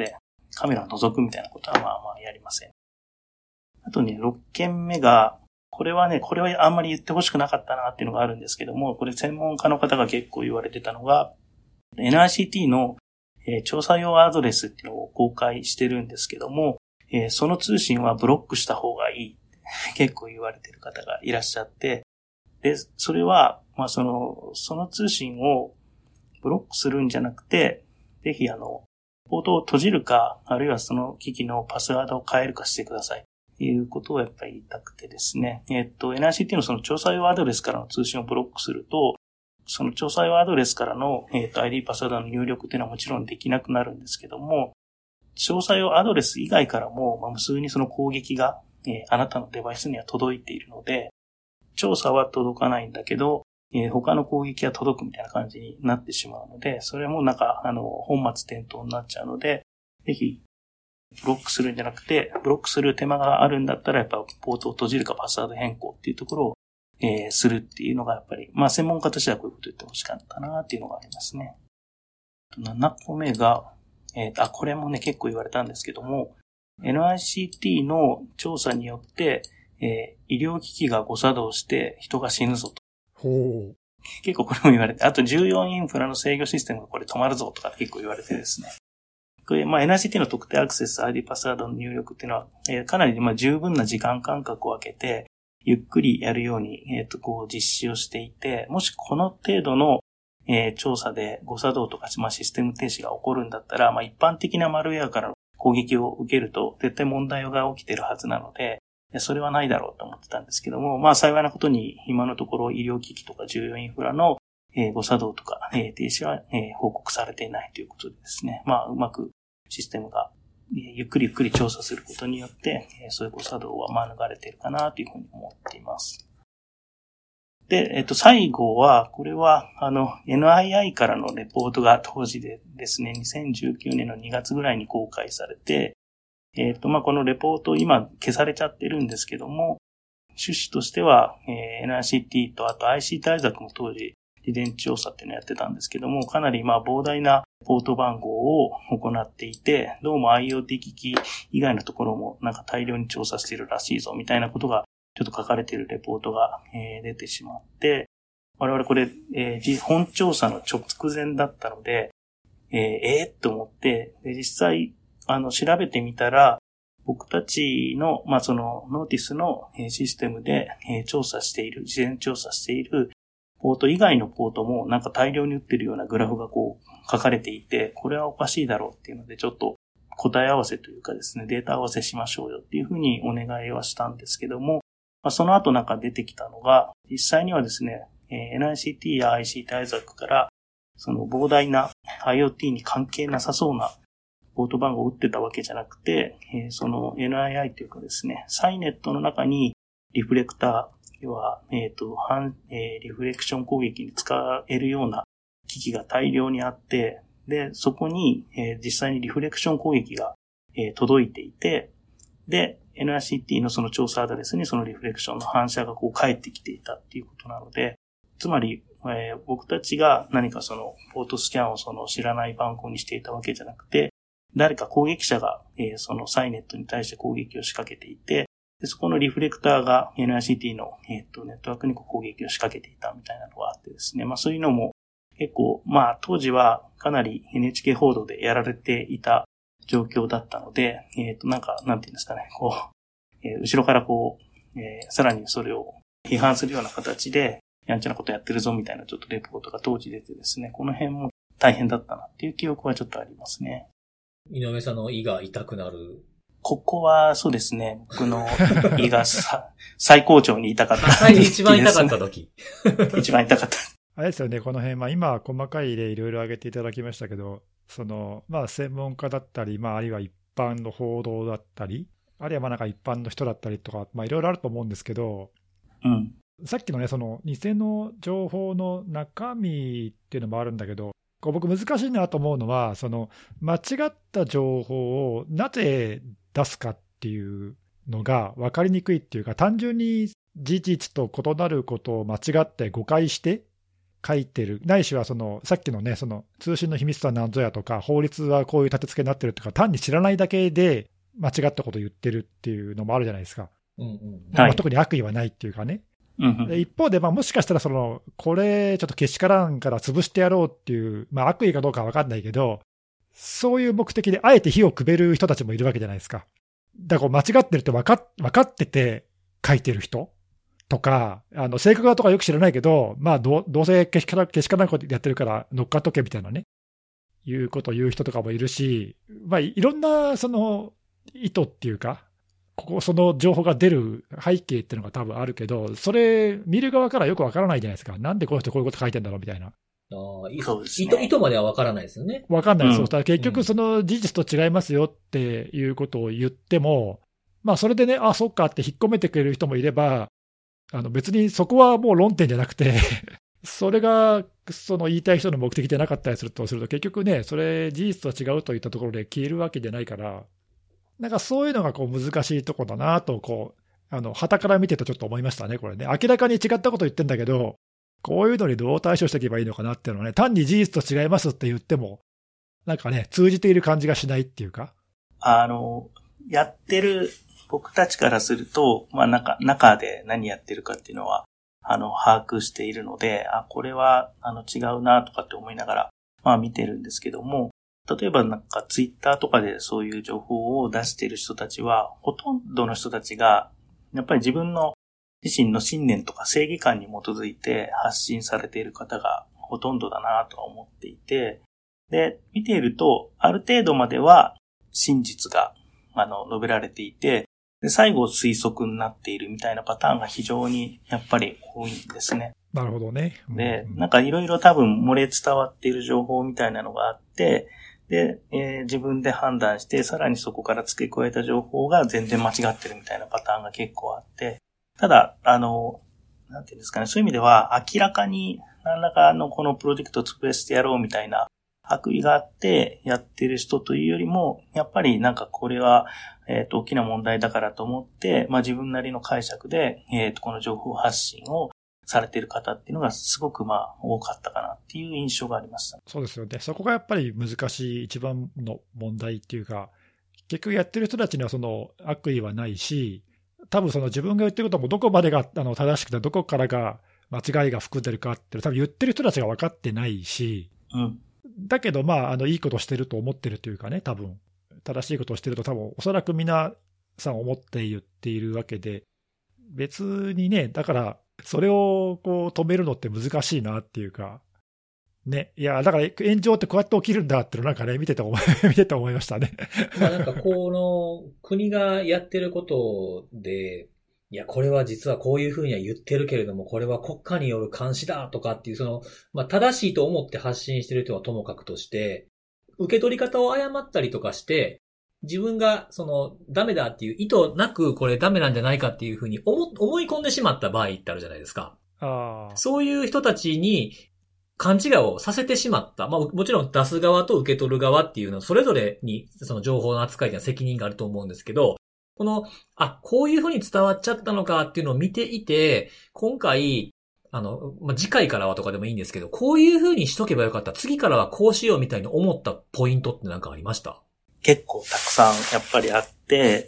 カメラを覗くみたいなことはまあまあやりません。あとね、ろっけんめが、これはね、これはあんまり言ってほしくなかったなっていうのがあるんですけども、これ専門家の方が結構言われてたのが、エヌアイシーティー の、えー、調査用アドレスっていうのを公開してるんですけども、えー、その通信はブロックした方がいいって結構言われてる方がいらっしゃって、で、それは、まあその、その通信をブロックするんじゃなくて、ぜひあの、ポートを閉じるか、あるいはその機器のパスワードを変えるかしてください。ということをやっぱり言いたくてですね。えっと、エヌアイシーティー のその調査用アドレスからの通信をブロックすると、その調査用アドレスからの、えっと、アイディー パスワードの入力っていうのはもちろんできなくなるんですけども、調査用アドレス以外からも、まあ、無数にその攻撃が、えー、あなたのデバイスには届いているので、調査は届かないんだけど、えー、他の攻撃は届くみたいな感じになってしまうので、それもなんか、あの、本末転倒になっちゃうので、ぜひ、ブロックするんじゃなくて、ブロックする手間があるんだったら、やっぱポートを閉じるかパスワード変更っていうところを、えー、するっていうのがやっぱり、まあ専門家としてはこういうこと言ってほしかったなっていうのがありますね。ななこめが、えー、あ、これもね結構言われたんですけども、エヌアイシーティー の調査によって、えー、医療機器が誤作動して人が死ぬぞと。 ほう。 結構これも言われて、あと重要インフラの制御システムがこれ止まるぞとか結構言われてですね。これ、まあ エヌアイシーティー の特定アクセス、アイディー パスワードの入力っていうのは、えー、かなりまあ十分な時間間隔を空けて、ゆっくりやるように、えっと、こう実施をしていて、もしこの程度の、えー、調査で誤作動とか、まあ、システム停止が起こるんだったら、まあ一般的なマルウェアからの攻撃を受けると絶対問題が起きてるはずなので、それはないだろうと思ってたんですけども、まあ幸いなことに今のところ医療機器とか重要インフラの、えー、誤作動とか、えー、停止は、えー、報告されていないということでですね、まあうまくシステムがゆっくりゆっくり調査することによって、そういう誤作動は免れているかなというふうに思っています。で、えっと、最後は、これは、あの、エヌアイアイ からのレポートが当時でですね、にせんじゅうきゅうねんのにがつぐらいに公開されて、えっと、まあ、このレポート今消されちゃってるんですけども、趣旨としては、えー、エヌアイシーティー とあと アイシー 対策も当時、遺伝調査っていうのをやってたんですけども、かなりまあ膨大なポート番号を行っていて、どうも IoT 機器以外のところもなんか大量に調査しているらしいぞみたいなことがちょっと書かれているレポートが、えー、出てしまって、我々これ、えー、本調査の直前だったので、えー、えー、と思って、で実際あの調べてみたら、僕たちのまあそのノーティスのシステムで調査している、事前調査しているポート以外のポートもなんか大量に打ってるようなグラフがこう書かれていて、これはおかしいだろうっていうのでちょっと答え合わせというかですね、データ合わせしましょうよっていうふうにお願いはしたんですけども、まあ、その後なんか出てきたのが、実際にはですね、エヌアイシーティー や アイシー 対策からその膨大な IoT に関係なさそうなポート番号を打ってたわけじゃなくて、その エヌアイアイ というかですね、サイネットの中にリフレクター、要は、えっと、反、えー、リフレクション攻撃に使えるような機器が大量にあって、で、そこに、えー、実際にリフレクション攻撃が、えー、届いていて、で、エヌアイシーティー のその調査アドレスにそのリフレクションの反射がこう返ってきていたっていうことなので、つまり、えー、僕たちが何かそのポートスキャンをその知らない番号にしていたわけじゃなくて、誰か攻撃者が、えー、そのサイネットに対して攻撃を仕掛けていて、でそこのリフレクターが エヌアイシーティー の、えー、とネットワークにこう攻撃を仕掛けていたみたいなのがあってですね。まあそういうのも結構、まあ当時はかなり エヌエイチケー 報道でやられていた状況だったので、えっとなんか、なんていうんですかね、こう、えー、後ろからこう、えー、さらにそれを批判するような形で、やんちゃなことやってるぞみたいなちょっとレポートが当時出てですね、この辺も大変だったなっていう記憶はちょっとありますね。 井上さんの胃が痛くなる。 ここはそうですね、僕の胃がさ最高潮に痛かった、 ね。一番痛かった時。 一番痛かった。 あれですよね、この辺、まあ今細かい例いろいろ挙げていただきましたけど、その、まあ専門家だったり、まああるいは一般の報道だったり、あるいはまあなんか一般の人だったりとか、まあいろいろあると思うんですけど、 うん。 さっきのね、その偽の情報の中身っていうのもあるんだけど、こう僕難しいなと思うのは、その間違った情報をなぜ出すかっていうのが分かりにくいっていうか、単純に事実と異なることを間違って誤解して、 書いてる、ないしはそのさっきのね、その通信の秘密とは何ぞやとか、法律はこういう立て付けになってるとか、単に知らないだけで間違ったことを言ってるっていうのもあるじゃないですか。 うんうんまあ、特に悪意はないっていうかね。 うんうん、 一方で、まあもしかしたらその、これ、ちょっとけしからんから潰してやろうっていう、まあ、悪意かどうかは分かんないけど、そういう目的であえて火をくべる人たちもいるわけじゃないですか。だから間違ってるって分かっ、分かってて書いてる人とか、あの性格とかよく知らないけど、まあどう、どうせけしからん、けしからんことやってるから乗っかっとけみたいなね、いうことを言う人とかもいるし、まあいろんなその意図っていうか、ここその情報が出る背景っていうのが多分あるけど、それ見る側からよくわからないじゃないですか。なんでこの人こういうこと書いてんだろうみたいな。 ああ、いいそうですね。 意図、意図まではわからないですよね。 わかんないです。 うん、 だから結局その事実と違いますよっていうことを言っても、まあそれでね、あ、そっかって引っ込めてくれる人もいれば、あの別にそこはもう論点じゃなくて、それがその言いたい人の目的じゃなかったりするとすると、結局ね、それ事実と違うといったところで消えるわけじゃないから、なんかそういうのがこう難しいところだなと、こう、あの、傍から見てとちょっと思いましたね、これね。明らかに違ったこと言ってんだけど、こういうのにどう対処していけばいいのかなっていうのはね、単に事実と違いますって言っても、なんかね、通じている感じがしないっていうか。 あの、やってる僕たちからすると、まあ中、中で何やってるかっていうのは、あの、把握しているので、あ、これは、あの、違うなとかって思いながら、まあ見てるんですけども、例えばなんかツイッターとかでそういう情報を出している人たちは、ほとんどの人たちが、やっぱり自分の自身の信念とか正義感に基づいて発信されている方がほとんどだなとは思っていて、で、見ていると、ある程度までは真実が、あの、述べられていて、で、最後推測になっているみたいなパターンが非常にやっぱり多いんですね。 なるほどね。 で、なんかいろいろ多分漏れ伝わっている情報みたいなのがあって、で、えー、自分で判断して、さらにそこから付け加えた情報が全然間違ってるみたいなパターンが結構あって、ただ、あの、なんていうんですかね、そういう意味では明らかに何らかのこのプロジェクトを潰してやろうみたいな悪意があってやってる人というよりも、やっぱりなんかこれは、えっと、大きな問題だからと思って、まあ自分なりの解釈で、えっと、この情報発信をされている方っていうのがすごくまあ多かったかなっていう印象がありました。 そうですよね。そこがやっぱり難しい一番の問題っていうか、結局やってる人たちにはその悪意はないし、多分その自分が言ってることもどこまでがあの正しくてどこからが間違いが含んでるかって多分言ってる人たちが分かってないし、 うん、 だけどまああのいいことしてると思ってるというかね、多分正しいことをしてると多分おそらく皆さん思って言っているわけで、別にね、だからそれをこう止めるのって難しいなっていうか、ね、いやだから炎上ってこうやって起きるんだっていうのなんかね見てて思い見てて思いましたね。 まあなんかこの国がやってることで、いやこれは実はこういうふうには言ってるけれども、これは国家による監視だとかっていうそのまあ正しいと思って発信してる人はともかくとして、受け取り方を誤ったりとかして。自分が、その、ダメだっていう意図なく、これダメなんじゃないかっていうふうに思、思い込んでしまった場合ってあるじゃないですか。 あ、 そういう人たちに勘違いをさせてしまった。まあもちろん出す側と受け取る側っていうのはそれぞれにその情報の扱いには責任があると思うんですけど、この、あ、こういうふうに伝わっちゃったのかっていうのを見ていて、今回、あの、まあ、次回からはとかでもいいんですけど、こういうふうにしとけばよかった。次からはこうしようみたいに思ったポイントって何かありました？ 結構たくさんやっぱりあって、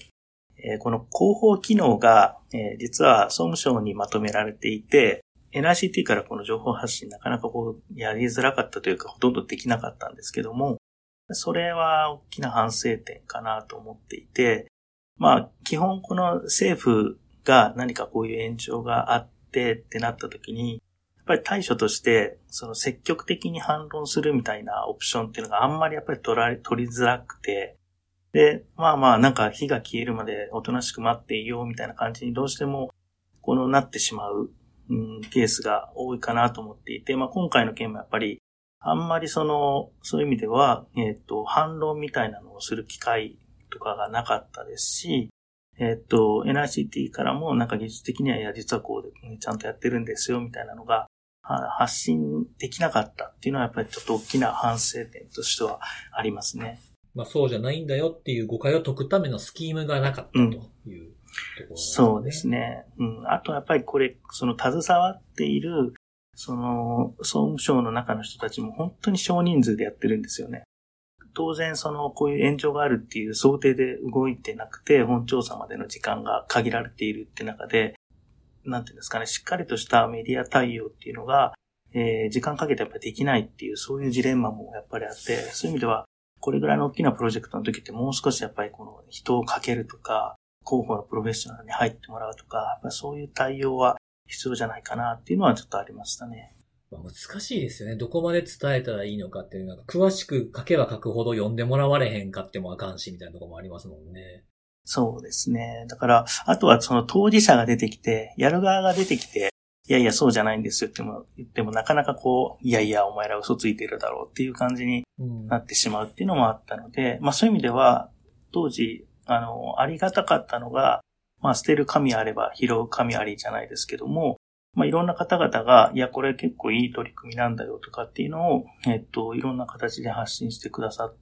えー、この広報機能が、えー、実は総務省にまとめられていて、エヌアイシーティー からこの情報発信なかなかこうやりづらかったというかほとんどできなかったんですけども、それは大きな反省点かなと思っていて、まあ基本この政府が何かこういう炎上があってってなった時に、やっぱり対処として、その積極的に反論するみたいなオプションっていうのがあんまりやっぱり取られ、取りづらくて、で、まあまあなんか火が消えるまでおとなしく待っていようみたいな感じにどうしても、このなってしまう、うん、ケースが多いかなと思っていて、まあ今回の件もやっぱり、あんまりその、そういう意味では、えっと、反論みたいなのをする機会とかがなかったですし、えっと、エヌアイシーティー からもなんか技術的には、いや、実はこうで、ちゃんとやってるんですよ、みたいなのが、発信できなかったっていうのはやっぱりちょっと大きな反省点としてはありますね。 まあそうじゃないんだよっていう誤解を解くためのスキームがなかったという、うん、ところですね。 そうですね。うん。あとやっぱりこれ、その携わっているその、総務省の中の人たちも本当に少人数でやってるんですよね。当然その、こういう炎上があるっていう想定で動いてなくて、本調査までの時間が限られているって中で、なんていうんですかね、しっかりとしたメディア対応っていうのが、えー、時間かけてやっぱりできないっていう、そういうジレンマもやっぱりあって、そういう意味では、これぐらいの大きなプロジェクトの時ってもう少しやっぱりこの人をかけるとか、広報のプロフェッショナルに入ってもらうとか、やっぱりそういう対応は必要じゃないかなっていうのはちょっとありましたね。 難しいですよね。どこまで伝えたらいいのかっていうのが、詳しく書けば書くほど読んでもらわれへんかってもあかんしみたいなところもありますもんね。 そうですね。だから、あとはその当事者が出てきて、やる側が出てきて、いやいやそうじゃないんですよっても言ってもなかなかこう、いやいやお前ら嘘ついてるだろうっていう感じになってしまうっていうのもあったので、うん、まあそういう意味では、当時、あの、ありがたかったのが、まあ捨てる神あれば拾う神ありじゃないですけども、まあ、いろんな方々が、いや、これ結構いい取り組みなんだよとかっていうのを、えっと、いろんな形で発信してくださって、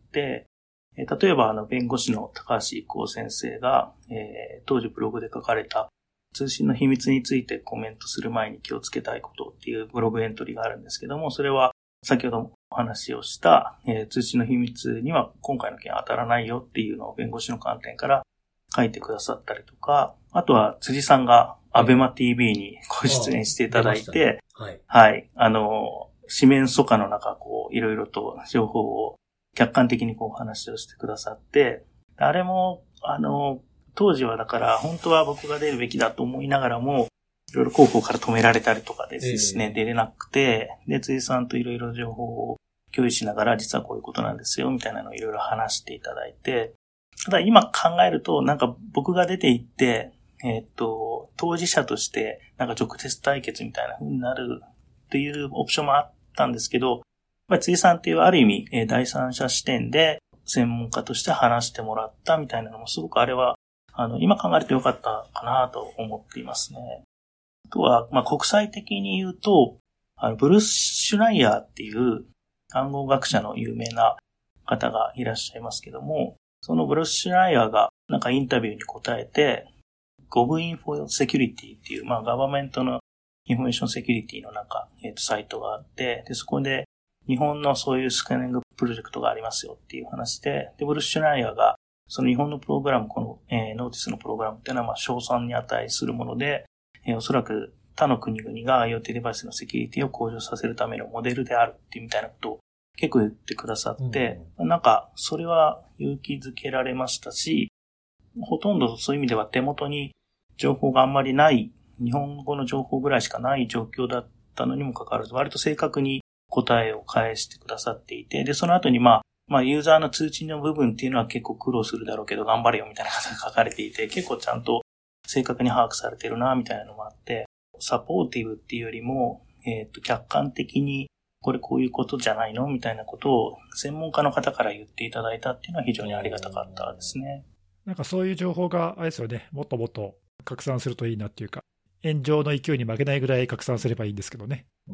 えー、例えば、あの、弁護士の高橋一行先生が、えー、当時ブログで書かれた通信の秘密についてコメントする前に気をつけたいことっていうブログエントリーがあるんですけども、それは先ほどお話をした、えー、通信の秘密には今回の件当たらないよっていうのを弁護士の観点から書いてくださったりとか、あとは辻さんがアベマ ティーブイ にご出演していただいて、ね、はい。はい。あの、四面楚歌の中、こう、いろいろと情報を客観的にこう話をしてくださって、あれも、あの、当時はだから本当は僕が出るべきだと思いながらも、いろいろ広報から止められたりとかでですね、えー、出れなくて、で、辻さんといろいろ情報を共有しながら、実はこういうことなんですよ、みたいなのをいろいろ話していただいて、ただ今考えると、なんか僕が出て行って、えっと、当事者として、なんか直接対決みたいな風になるっていうオプションもあったんですけど、やっぱり辻さんっていうある意味、えー、第三者視点で専門家として話してもらったみたいなのもすごくあれは、あの、今考えると良かったかなと思っていますね。あとは、まあ、国際的に言うと、あの、ブルース・シュナイヤーっていう暗号学者の有名な方がいらっしゃいますけども、そのブルース・シュナイヤーがなんかインタビューに答えて、GovInfo Security っていう、まあ、ガバメントのインフォメーションセキュリティのなんか、えっと、サイトがあって、で、そこで日本のそういうスキャニングプロジェクトがありますよっていう話で、で、ブルース・シュナイヤーが、その日本のプログラム、この、えー、ノーティスのプログラムっていうのは、まあ、賞賛に値するもので、えー、おそらく他の国々が IoT デバイスのセキュリティを向上させるためのモデルであるっていうみたいなことを結構言ってくださって、うん、なんか、それは勇気づけられましたし、ほとんどそういう意味では手元に情報があんまりない、日本語の情報ぐらいしかない状況だったのにもかかわらず、割と正確に答えを返してくださっていて、で、その後にまあ、まあ、ユーザーの通知の部分っていうのは結構苦労するだろうけど頑張れよみたいなことが書かれていて、結構ちゃんと正確に把握されてるなみたいなのもあって、サポーティブっていうよりも、えっと、客観的にこれこういうことじゃないのみたいなことを専門家の方から言っていただいたっていうのは非常にありがたかったですね。 なんかそういう情報があれですよね、もっともっと拡散するといいなっていうか、炎上の勢いに負けないぐらい拡散すればいいんですけどね。 うん、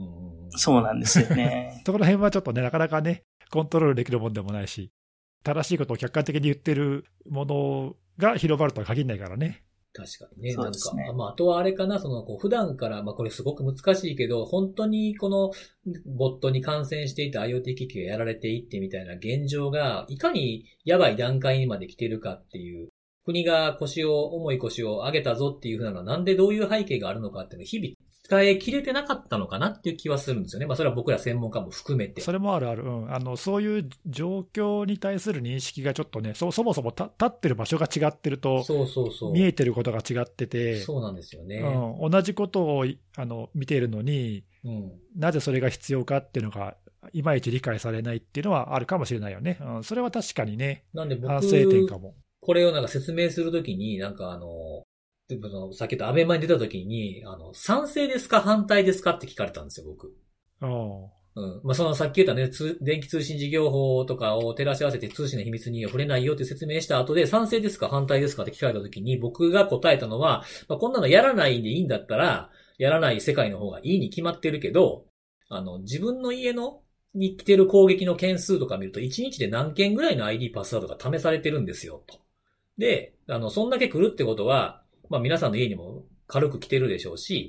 そうなんですよね。 そこら辺はちょっとね、なかなかね、コントロールできるもんでもないし、正しいことを客観的に言ってるものが広まるとは限らないからね。 確かにね。なんか、まあ、あとはあれかな、その、こう普段から、まあ、これすごく難しいけど、本当にこの、ボットに感染していた IoT 機器がやられていってみたいな現状が、いかにやばい段階にまで来てるかっていう、国が腰を、重い腰を上げたぞっていうふうなのは、なんでどういう背景があるのかっていうのを日々伝えきれてなかったのかなっていう気はするんですよね。まあそれは僕ら専門家も含めて。 それもあるある。うん。あの、そういう状況に対する認識がちょっとね、そ, そもそも立ってる場所が違ってると、 そうそうそう。 見えてることが違ってて、 そうなんですよね。 うん。同じことをあの見ているのに、うん、なぜそれが必要かっていうのが、いまいち理解されないっていうのはあるかもしれないよね。うん。それは確かにね、 なんで僕反省点かも。 これをなんか説明するときに、なんかあの、さっき言ったアベマに出たときに、あの、賛成ですか反対ですかって聞かれたんですよ、僕。 ああ。 うん。まあ、そのさっき言ったね、電気通信事業法とかを照らし合わせて通信の秘密には触れないよって説明した後で、賛成ですか反対ですかって聞かれたときに、僕が答えたのは、まあ、こんなのやらないでいいんだったら、やらない世界の方がいいに決まってるけど、あの、自分の家のに来てる攻撃の件数とか見ると、いちにちで何件ぐらいの アイディー パスワードが試されてるんですよ、と。で、あの、そんだけ来るってことは、まあ皆さんの家にも軽く来てるでしょうし、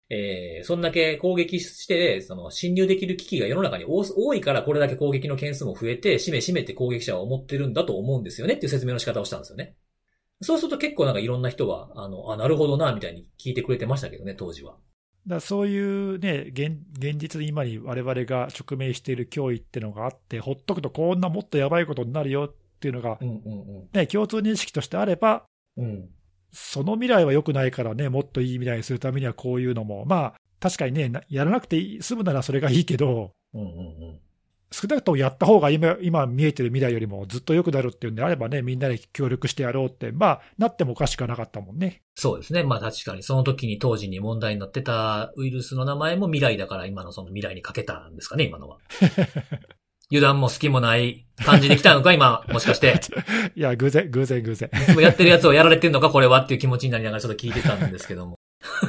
えー、そんだけ攻撃して、その侵入できる機器が世の中に多いからこれだけ攻撃の件数も増えて、しめしめって攻撃者は思ってるんだと思うんですよねっていう説明の仕方をしたんですよね。そうすると結構なんかいろんな人は、あの、あ、なるほどな、みたいに聞いてくれてましたけどね、当時は。 だそういうね、現、現実に今に我々が直面している脅威っていうのがあって、ほっとくとこんなもっとやばいことになるよっていうのが、うんうんうんね、共通認識としてあれば、うん、その未来は良くないからね、もっといい未来にするためにはこういうのも、まあ、確かにね、やらなくて済むならそれがいいけど、うんうんうん、少なくともやった方が 今, 今見えてる未来よりもずっと良くなるっていうんであればね、みんなで協力してやろうって、まあ、なってもおかしくはなかったもんね。 そうですね。まあ確かに、その時に当時に問題になってたウイルスの名前も未来だから今のその未来にかけたんですかね、今のは。油断も隙もない感じで来たのか、今、もしかして。 いや、偶然、偶然、偶然。 いつもやってるやつをやられてるのか、これはっていう気持ちになりながらちょっと聞いてたんですけども。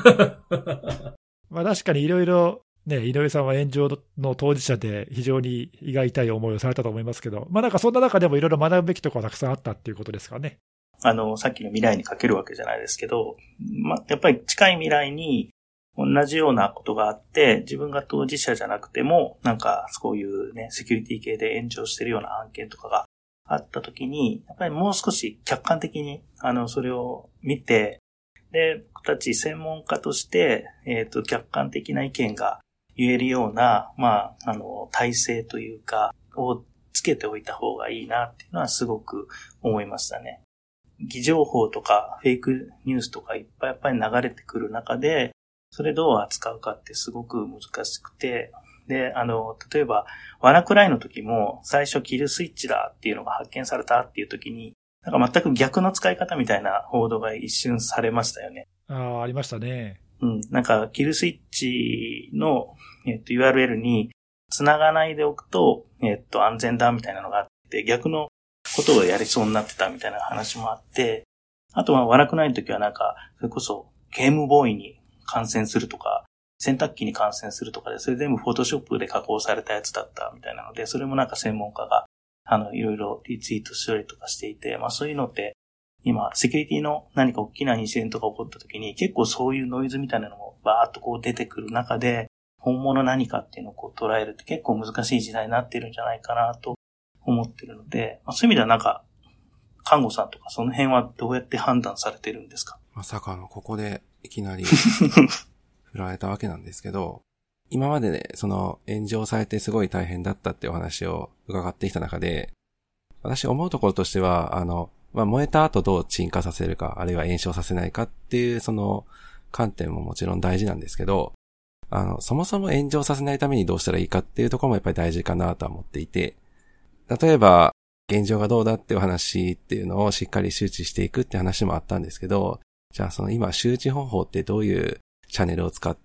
まあ確かにいろいろ、ね、井上さんは炎上の当事者で非常に胃が痛い思いをされたと思いますけど、まあなんかそんな中でもいろいろ学ぶべきところがたくさんあったっていうことですかね。 あの、さっきの未来にかけるわけじゃないですけど、まあやっぱり近い未来に同じようなことがあって、自分が当事者じゃなくても、なんかそういうね、セキュリティ系で炎上してるような案件とかがあったときに、やっぱりもう少し客観的に、あの、それを見て、で、僕たち専門家として、えっと、客観的な意見が言えるような、まあ、あの、体制というか、をつけておいた方がいいなっていうのはすごく思いましたね。偽情報とかフェイクニュースとかいっぱいやっぱり流れてくる中で、それどう扱うかってすごく難しくて、で、あの、例えば、ワナクライの時も最初キルスイッチだっていうのが発見されたっていう時に、なんか全く逆の使い方みたいな報道が一瞬されましたよね。 ああ、ありましたね。 うん。なんか、キルスイッチの、えっと、ユーアールエル に繋がないでおくと、えっと、安全だみたいなのがあって、逆のことをやりそうになってたみたいな話もあって、あとは、ワナクライの時はなんか、それこそ、ゲームボーイに感染するとか、洗濯機に感染するとかで、それ全部フォトショップで加工されたやつだったみたいなので、それもなんか専門家が、あの、いろいろリツイートしたりとかしていて、まあそういうのって、今、セキュリティの何か大きなインシデントが起こった時に、結構そういうノイズみたいなのもバーっとこう出てくる中で、本物何かっていうのをこう捉えるって結構難しい時代になってるんじゃないかなと思ってるので、まあ、そういう意味ではなんか、看護さんとかその辺はどうやって判断されてるんですか？ まさかのここでいきなり振られたわけなんですけど、今までね、その炎上されてすごい大変だったってお話を伺ってきた中で、私思うところとしては、あの、まあ、燃えた後どう鎮火させるか、あるいは炎症させないかっていうその観点ももちろん大事なんですけど、あの、そもそも炎上させないためにどうしたらいいかっていうところもやっぱり大事かなとは思っていて、例えば、現状がどうだっていう話っていうのをしっかり周知していくって話もあったんですけど、じゃあその今周知方法ってどういうチャンネルを使って、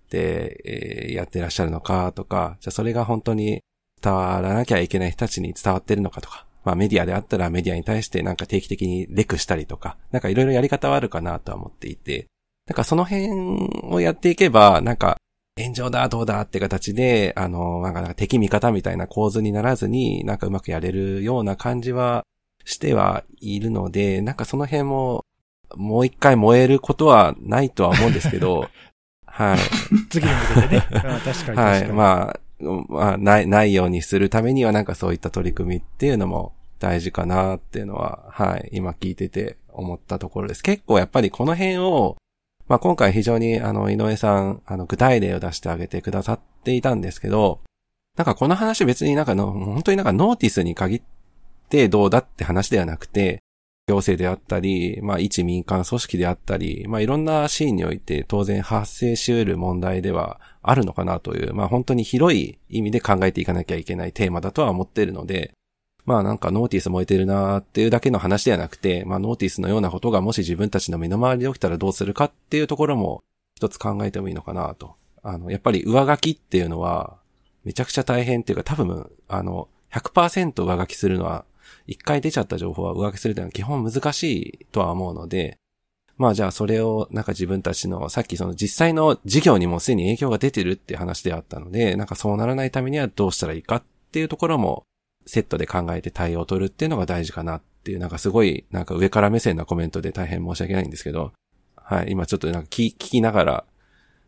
えー、やってらっしゃるのかとか、じゃあそれが本当に伝わらなきゃいけない人たちに伝わってるのかとか、まあメディアであったらメディアに対してなんか定期的にレクしたりとか、なんかいろいろやり方はあるかなとは思っていて、なんかその辺をやっていけば、なんか炎上だどうだって形で、あの、なんか敵味方みたいな構図にならずに、なんかうまくやれるような感じはしてはいるので、なんかその辺ももう一回燃えることはないとは思うんですけど、はい。 次に向けてね。あ確かに確かに。 はい。まあ、まあ、ない、ないようにするためにはなんかそういった取り組みっていうのも大事かなっていうのは、はい。今聞いてて思ったところです。結構やっぱりこの辺を、まあ今回非常にあの井上さん、あの具体例を出してあげてくださっていたんですけど、なんかこの話別になんかの、本当になんかノーティスに限ってどうだって話ではなくて、行政であったり、まあ一民間組織であったり、まあいろんなシーンにおいて当然発生し得る問題ではあるのかなという、まあ本当に広い意味で考えていかなきゃいけないテーマだとは思っているので、まあなんかノーティス燃えてるなーっていうだけの話ではなくて、まあノーティスのようなことがもし自分たちの身の回りで起きたらどうするかっていうところも一つ考えてもいいのかなと。あの、やっぱり上書きっていうのはめちゃくちゃ大変っていうか多分、あの、ひゃくパーセント 上書きするのは一回出ちゃった情報は上書きするというのは基本難しいとは思うので、まあじゃあそれをなんか自分たちのさっきその実際の事業にもすでに影響が出てるっていう話であったので、なんかそうならないためにはどうしたらいいかっていうところもセットで考えて対応を取るっていうのが大事かなっていう、なんかすごいなんか上から目線なコメントで大変申し訳ないんですけど、はい、今ちょっとなんか聞、聞きながら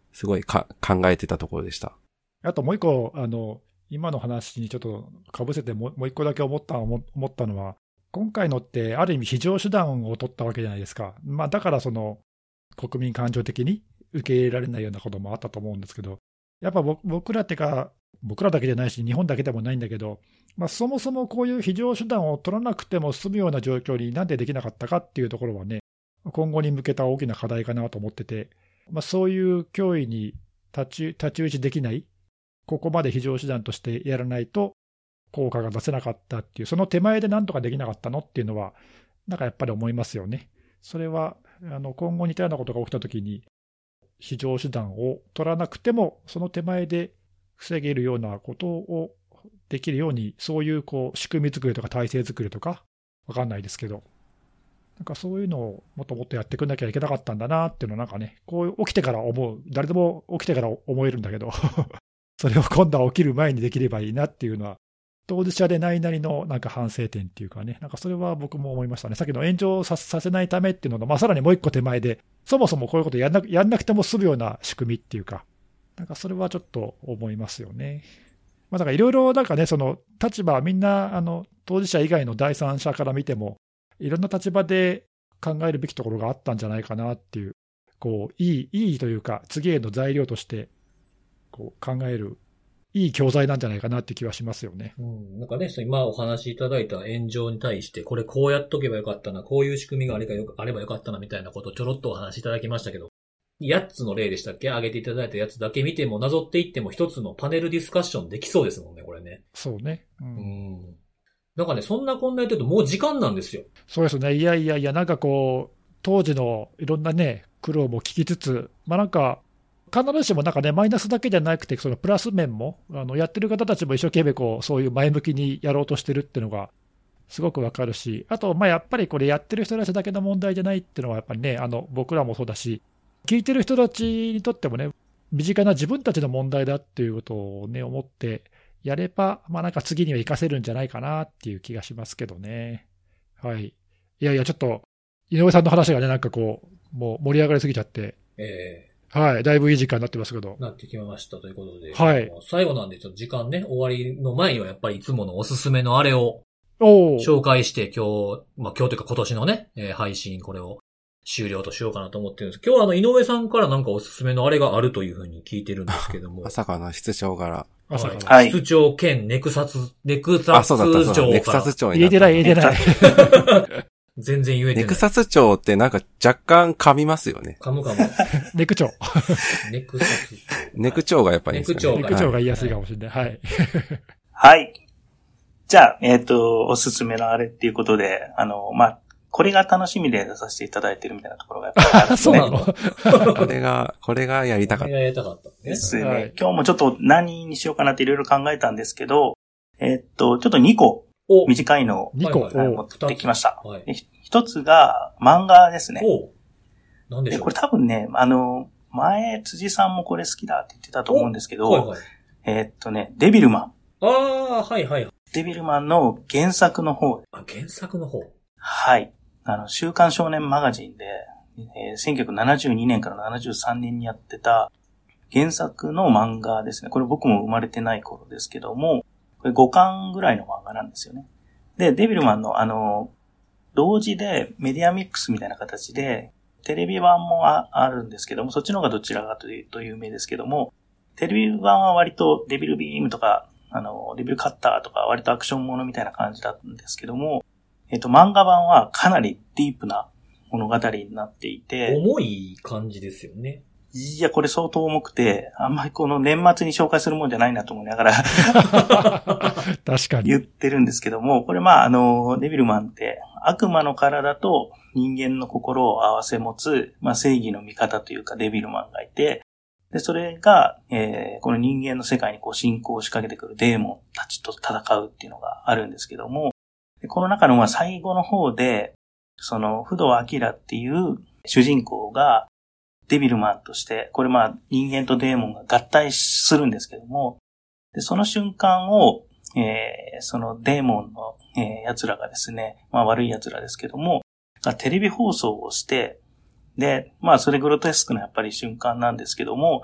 すごいか考えてたところでした。 あともう一個、あの、今の話にちょっと被せてもう一個だけ思った思ったのは、今回のってある意味非常手段を取ったわけじゃないですか。まあだからその国民感情的に受け入れられないようなこともあったと思うんですけど、やっぱ僕らってか、僕らだけじゃないし、日本だけでもないんだけど、まあ、そもそもこういう非常手段を取らなくても済むような状況になんでできなかったかっていうところはね、今後に向けた大きな課題かなと思ってて、まあ、そういう脅威に太刀太刀打ちできない、ここまで非常手段としてやらないと効果が出せなかったっていう、その手前でなんとかできなかったのっていうのは、なんかやっぱり思いますよね。それはあの今後似たようなことが起きたときに、非常手段を取らなくても、その手前で防げるようなことをできるように、そういうこう仕組み作りとか体制作りとか、わかんないですけど、なんかそういうのをもっともっとやってくんなきゃいけなかったんだなっていうのは、なんかね、こう起きてから思う、誰でも起きてから思えるんだけど、それを今度は起きる前にできればいいなっていうのは、当事者でないなりのなんか反省点っていうかね、なんかそれは僕も思いましたね。さっきの炎上させないためっていうのの、まあ、さらにもう一個手前で、そもそもこういうことやんな、やんなくても済むような仕組みっていうか、なんかそれはちょっと思いますよね。まあ、だからいろいろなんかね、その立場、みんなあの当事者以外の第三者から見ても、いろんな立場で考えるべきところがあったんじゃないかなっていう、こういい、いいというか、次への材料としてこう考える。いい教材なんじゃないかなって気はしますよね。 うん、なんかね、今お話しいただいた炎上に対して、これこうやっとけばよかったな、こういう仕組みがあればよあればよかったなみたいなことをちょろっとお話しいただきましたけど、やっつの例でしたっけ？挙げていただいたやつだけ見ても、なぞっていっても一つのパネルディスカッションできそうですもんね、これね。 そうね。 うん。うんなんかね、そんなこんな言ってるともう時間なんですよ。 そうですね。いやいやいや、なんかこう、当時のいろんなね、苦労も聞きつつ、まあなんか、必ずしもなんかね、マイナスだけじゃなくて、そのプラス面も、あのやってる方たちも一生懸命こう、そういう前向きにやろうとしてるっていうのが、すごくわかるし、あと、まあやっぱりこれ、やってる人たちだけの問題じゃないっていうのは、やっぱりね、あの僕らもそうだし、聞いてる人たちにとってもね、身近な自分たちの問題だっていうことをね、思ってやれば、まあなんか次には活かせるんじゃないかなっていう気がしますけどね。はい。いやいや、ちょっと、井上さんの話がね、なんかこう、もう盛り上がりすぎちゃって。 ええーはい。だいぶいい時間になってますけど。 なってきましたということで。 はい。 最後なんで、ちょっと時間ね、終わりの前にはやっぱりいつものおすすめのあれを紹介して、今日、まあ今日というか今年のね、えー、配信これを終了としようかなと思ってるんです。今日はあの、井上さんからなんかおすすめのあれがあるというふうに聞いてるんですけども。 朝かな、室長から。 朝から。 はい。室長兼ネクサス、ネクサス長から。あ、そうだった、そうだ。 ネクサス長になった。言えてない、言えてない。 全然言えてない。 ネクサス長ってなんか若干噛みますよね。 噛む噛む。 ネク長。 ネクサス長。 ネク長がやっぱりいいですね。 ネク長が言いやすいかもしれない。はい。 はい。じゃあ、えっと、おすすめのあれっていうことで、あの、まあ、これが楽しみで出させていただいてるみたいなところがやっぱりあるんですね。 そうなのこれが、これがやりたかった。 これがやりたかった。 ですね、はい。今日もちょっと何にしようかなっていろいろ考えたんですけど、えっと、ちょっとにこ。短いのをにこ持ってきました。 はい、 一つが漫画ですね。 なんでしょう。 これ多分ね、あの、前、辻さんもこれ好きだって言ってたと思うんですけど、はいはい、えー、っとね、デビルマン。 ああ、はいはい。 デビルマンの原作の方。 あ、原作の方はい。あの、週刊少年マガジンで、えー、せんきゅうひゃくななじゅうにねんからななじゅうさんねんにやってた原作の漫画ですね。これ僕も生まれてない頃ですけども、これごかんぐらいの漫画なんですよね。で、デビルマンのあの、同時でメディアミックスみたいな形で、テレビ版も あ, あるんですけども、そっちの方がどちらかというと有名ですけども、テレビ版は割とデビルビームとか、あの、デビルカッターとか割とアクションものみたいな感じだったんですけども、えっと、漫画版はかなりディープな物語になっていて。 重い感じですよね。 いや、これ相当重くて、あんまりこの年末に紹介するもんじゃないなと思いながら確かに言ってるんですけども、これまあ、あの、デビルマンって悪魔の体と人間の心を合わせ持つ、まあ正義の味方というかデビルマンがいて、で、それが、えー、この人間の世界にこう侵攻を仕掛けてくるデーモンたちと戦うっていうのがあるんですけども、でこの中のまあ最後の方で、その、不動明っていう主人公が、デビルマンとして、これまあ人間とデーモンが合体するんですけども、でその瞬間を、えー、そのデーモンの、えー、奴らがですね、まあ悪い奴らですけども、テレビ放送をして、で、まあそれグロテスクなやっぱり瞬間なんですけども、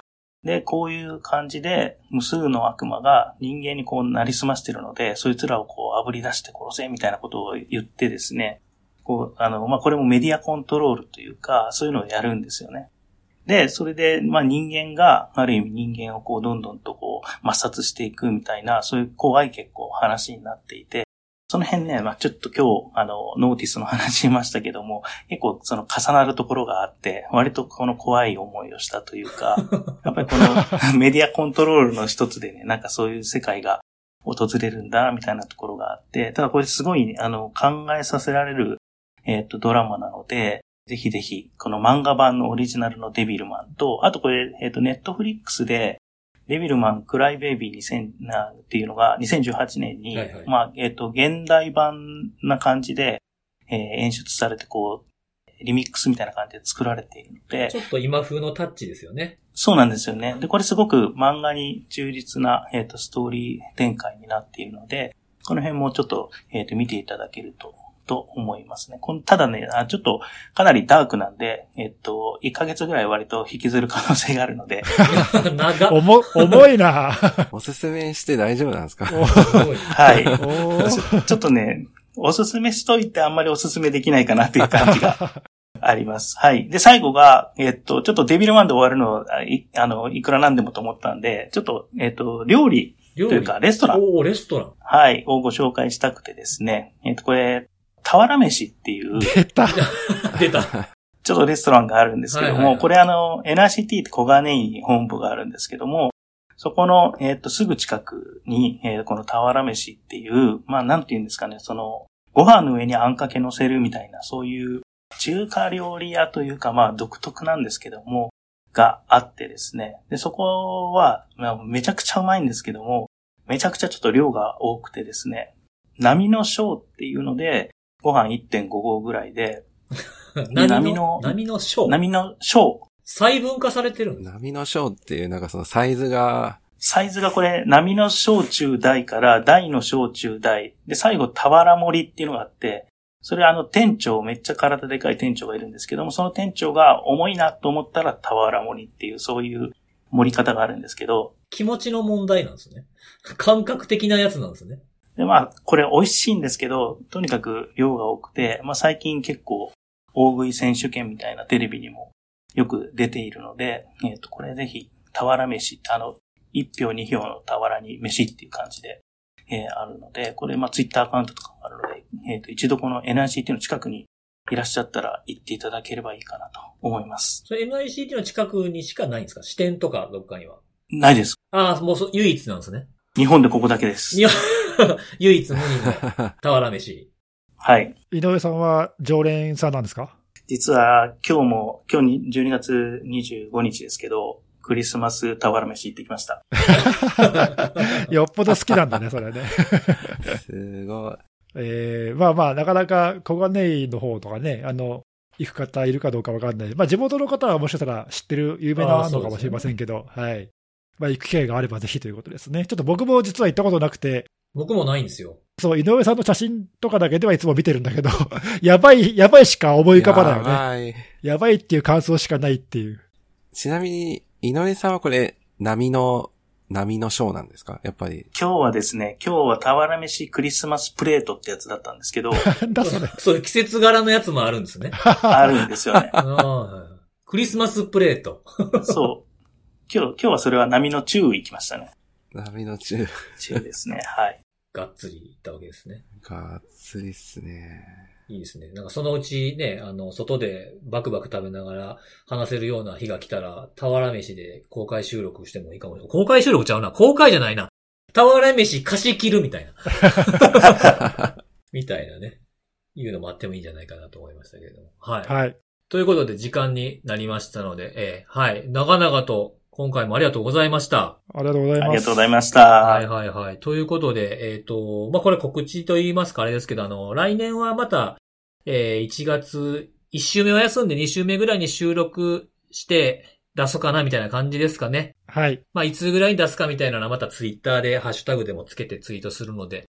で、こういう感じで無数の悪魔が人間にこうなりすましてるので、そいつらをこう炙り出して殺せみたいなことを言ってですね、こう、あの、まあ、これもメディアコントロールというか、そういうのをやるんですよね。で、それで、まあ、人間が、ある意味人間をこう、どんどんとこう、抹殺していくみたいな、そういう怖い結構話になっていて、その辺ね、まあ、ちょっと今日、あの、ノーティスの話しましたけども、結構その重なるところがあって、割とこの怖い思いをしたというか、やっぱりこのメディアコントロールの一つでね、なんかそういう世界が訪れるんだ、みたいなところがあって、ただこれすごい、あの、考えさせられる、えっと、ドラマなので、ぜひぜひ、この漫画版のオリジナルのデビルマンと、あとこれ、えっと、ネットフリックスで、デビルマンクライベイビーにせんなっていうのがにせんじゅうはちねんに、はいはい、まあ、えっと、現代版な感じで、えー、演出されてこう、リミックスみたいな感じで作られているので。 ちょっと今風のタッチですよね。 そうなんですよね。で、これすごく漫画に忠実な、えっと、ストーリー展開になっているので、この辺もちょっと、えっと、見ていただけると。と思いますね。このただね、あ、ちょっとかなりダークなんで、えっと、いっかげつぐらい割と引きずる可能性があるので。 長っ。重、重いなおすすめして大丈夫なんですか？ はいちょ。ちょっとね、おすすめしといてあんまりおすすめできないかなっていう感じがあります。はい。で、最後が、えっと、ちょっとデビルマンで終わるの、い、あの、いくらなんでもと思ったんで、ちょっと、えっと、料理というか、レストラン。 おー、レストラン。 はい。をご紹介したくてですね。えっと、これ、俵飯っていう。 出た。 出た。 ちょっとレストランがあるんですけども、はいはいはい、これあの、エヌアールシーティー って小金井に本部があるんですけども、そこの、えっと、すぐ近くに、えー、この俵飯っていう、まあ、なんて言うんですかね、その、ご飯の上にあんかけ乗せるみたいな、そういう中華料理屋というか、まあ、独特なんですけども、があってですね。で、そこは、まあ、めちゃくちゃうまいんですけども、めちゃくちゃちょっと量が多くてですね、波の小っていうので、ご飯 いってんご 合ぐらいで、 波の、波の小波の小。 細分化されてるんだ。 波の小っていうなんかそのサイズが、 サイズがこれ、波の小中大から大の小中大。で、最後、俵盛りっていうのがあって、それあの店長、めっちゃ体でかい店長がいるんですけども、その店長が重いなと思ったら俵盛りっていう、そういう盛り方があるんですけど。 気持ちの問題なんですね。感覚的なやつなんですね。 で、まあ、これ美味しいんですけど、とにかく量が多くて、まあ最近結構大食い選手権みたいなテレビにもよく出ているので、えっと、これぜひ、俵飯、あの、いち票に票の俵に飯っていう感じで、えー、あるので、これまあツイッターアカウントとかもあるので、えっと、一度この エヌアイシーティー の近くにいらっしゃったら行っていただければいいかなと思います。 それ エヌアイシーティー の近くにしかないんですか？支店とかどっかには。 ないです。 ああ、もうそ唯一なんですね。 日本でここだけです。 唯一無二の俵飯。 はい。 井上さんは常連さんなんですか？ 実は今日も、今日にじゅうにがつにじゅうごにちですけど、クリスマス俵飯行ってきました。 よっぽど好きなんだね、それね。 すごい。 えー、まあまあ、なかなか小金井の方とかね、あの、行く方いるかどうかわかんない。まあ地元の方はもしかしたら知ってる有名なのかもしれませんけど、ね、はい。まあ行く機会があればぜひということですね。ちょっと僕も実は行ったことなくて。 僕もないんですよ。 そう、井上さんの写真とかだけではいつも見てるんだけど、やばい、やばいしか思い浮かばないよね。やばい。やばいっていう感想しかないっていう。 ちなみに、井上さんはこれ、波の、波のショーなんですか？やっぱり。 今日はですね、今日は俵飯クリスマスプレートってやつだったんですけど。 なんだそれ。 そういう季節柄のやつもあるんですね。 あるんですよね。 クリスマスプレート。 そう。今日、今日はそれは波の中行きましたね。 波の中。 中ですね。はい。 がっつり行ったわけですね。 がっつりっすね。 いいですね。なんかそのうちね、あの、外でバクバク食べながら話せるような日が来たら、俵飯で公開収録してもいいかもしれない。公開収録ちゃうな。公開じゃないな。俵飯貸し切るみたいな。みたいなね。いうのもあってもいいんじゃないかなと思いましたけれども。はい。 はい。 ということで時間になりましたので、えー、はい。長々と今回もありがとうございました。 ありがとうございます。 ありがとうございました。 はいはいはい。ということで、えっと、まあ、これ告知と言いますかあれですけど、あの、来年はまた、えー、いちがついち週目は休んでに週目ぐらいに収録して出そうかなみたいな感じですかね。 はい。 まあ、いつぐらいに出すかみたいなのはまたツイッターでハッシュタグでもつけてツイートするので、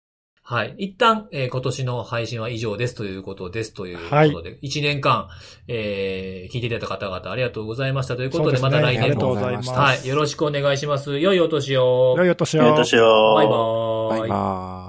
はい。一旦、えー、今年の配信は以上ですということですということで、はい、いちねんかん、えー、聞いていただいた方々ありがとうございましたということで、でね、また来年も、はい、よろしくお願いします。良いお年を。 良いお年を。 良いお年を。 バイバーイ。 バイバーイ。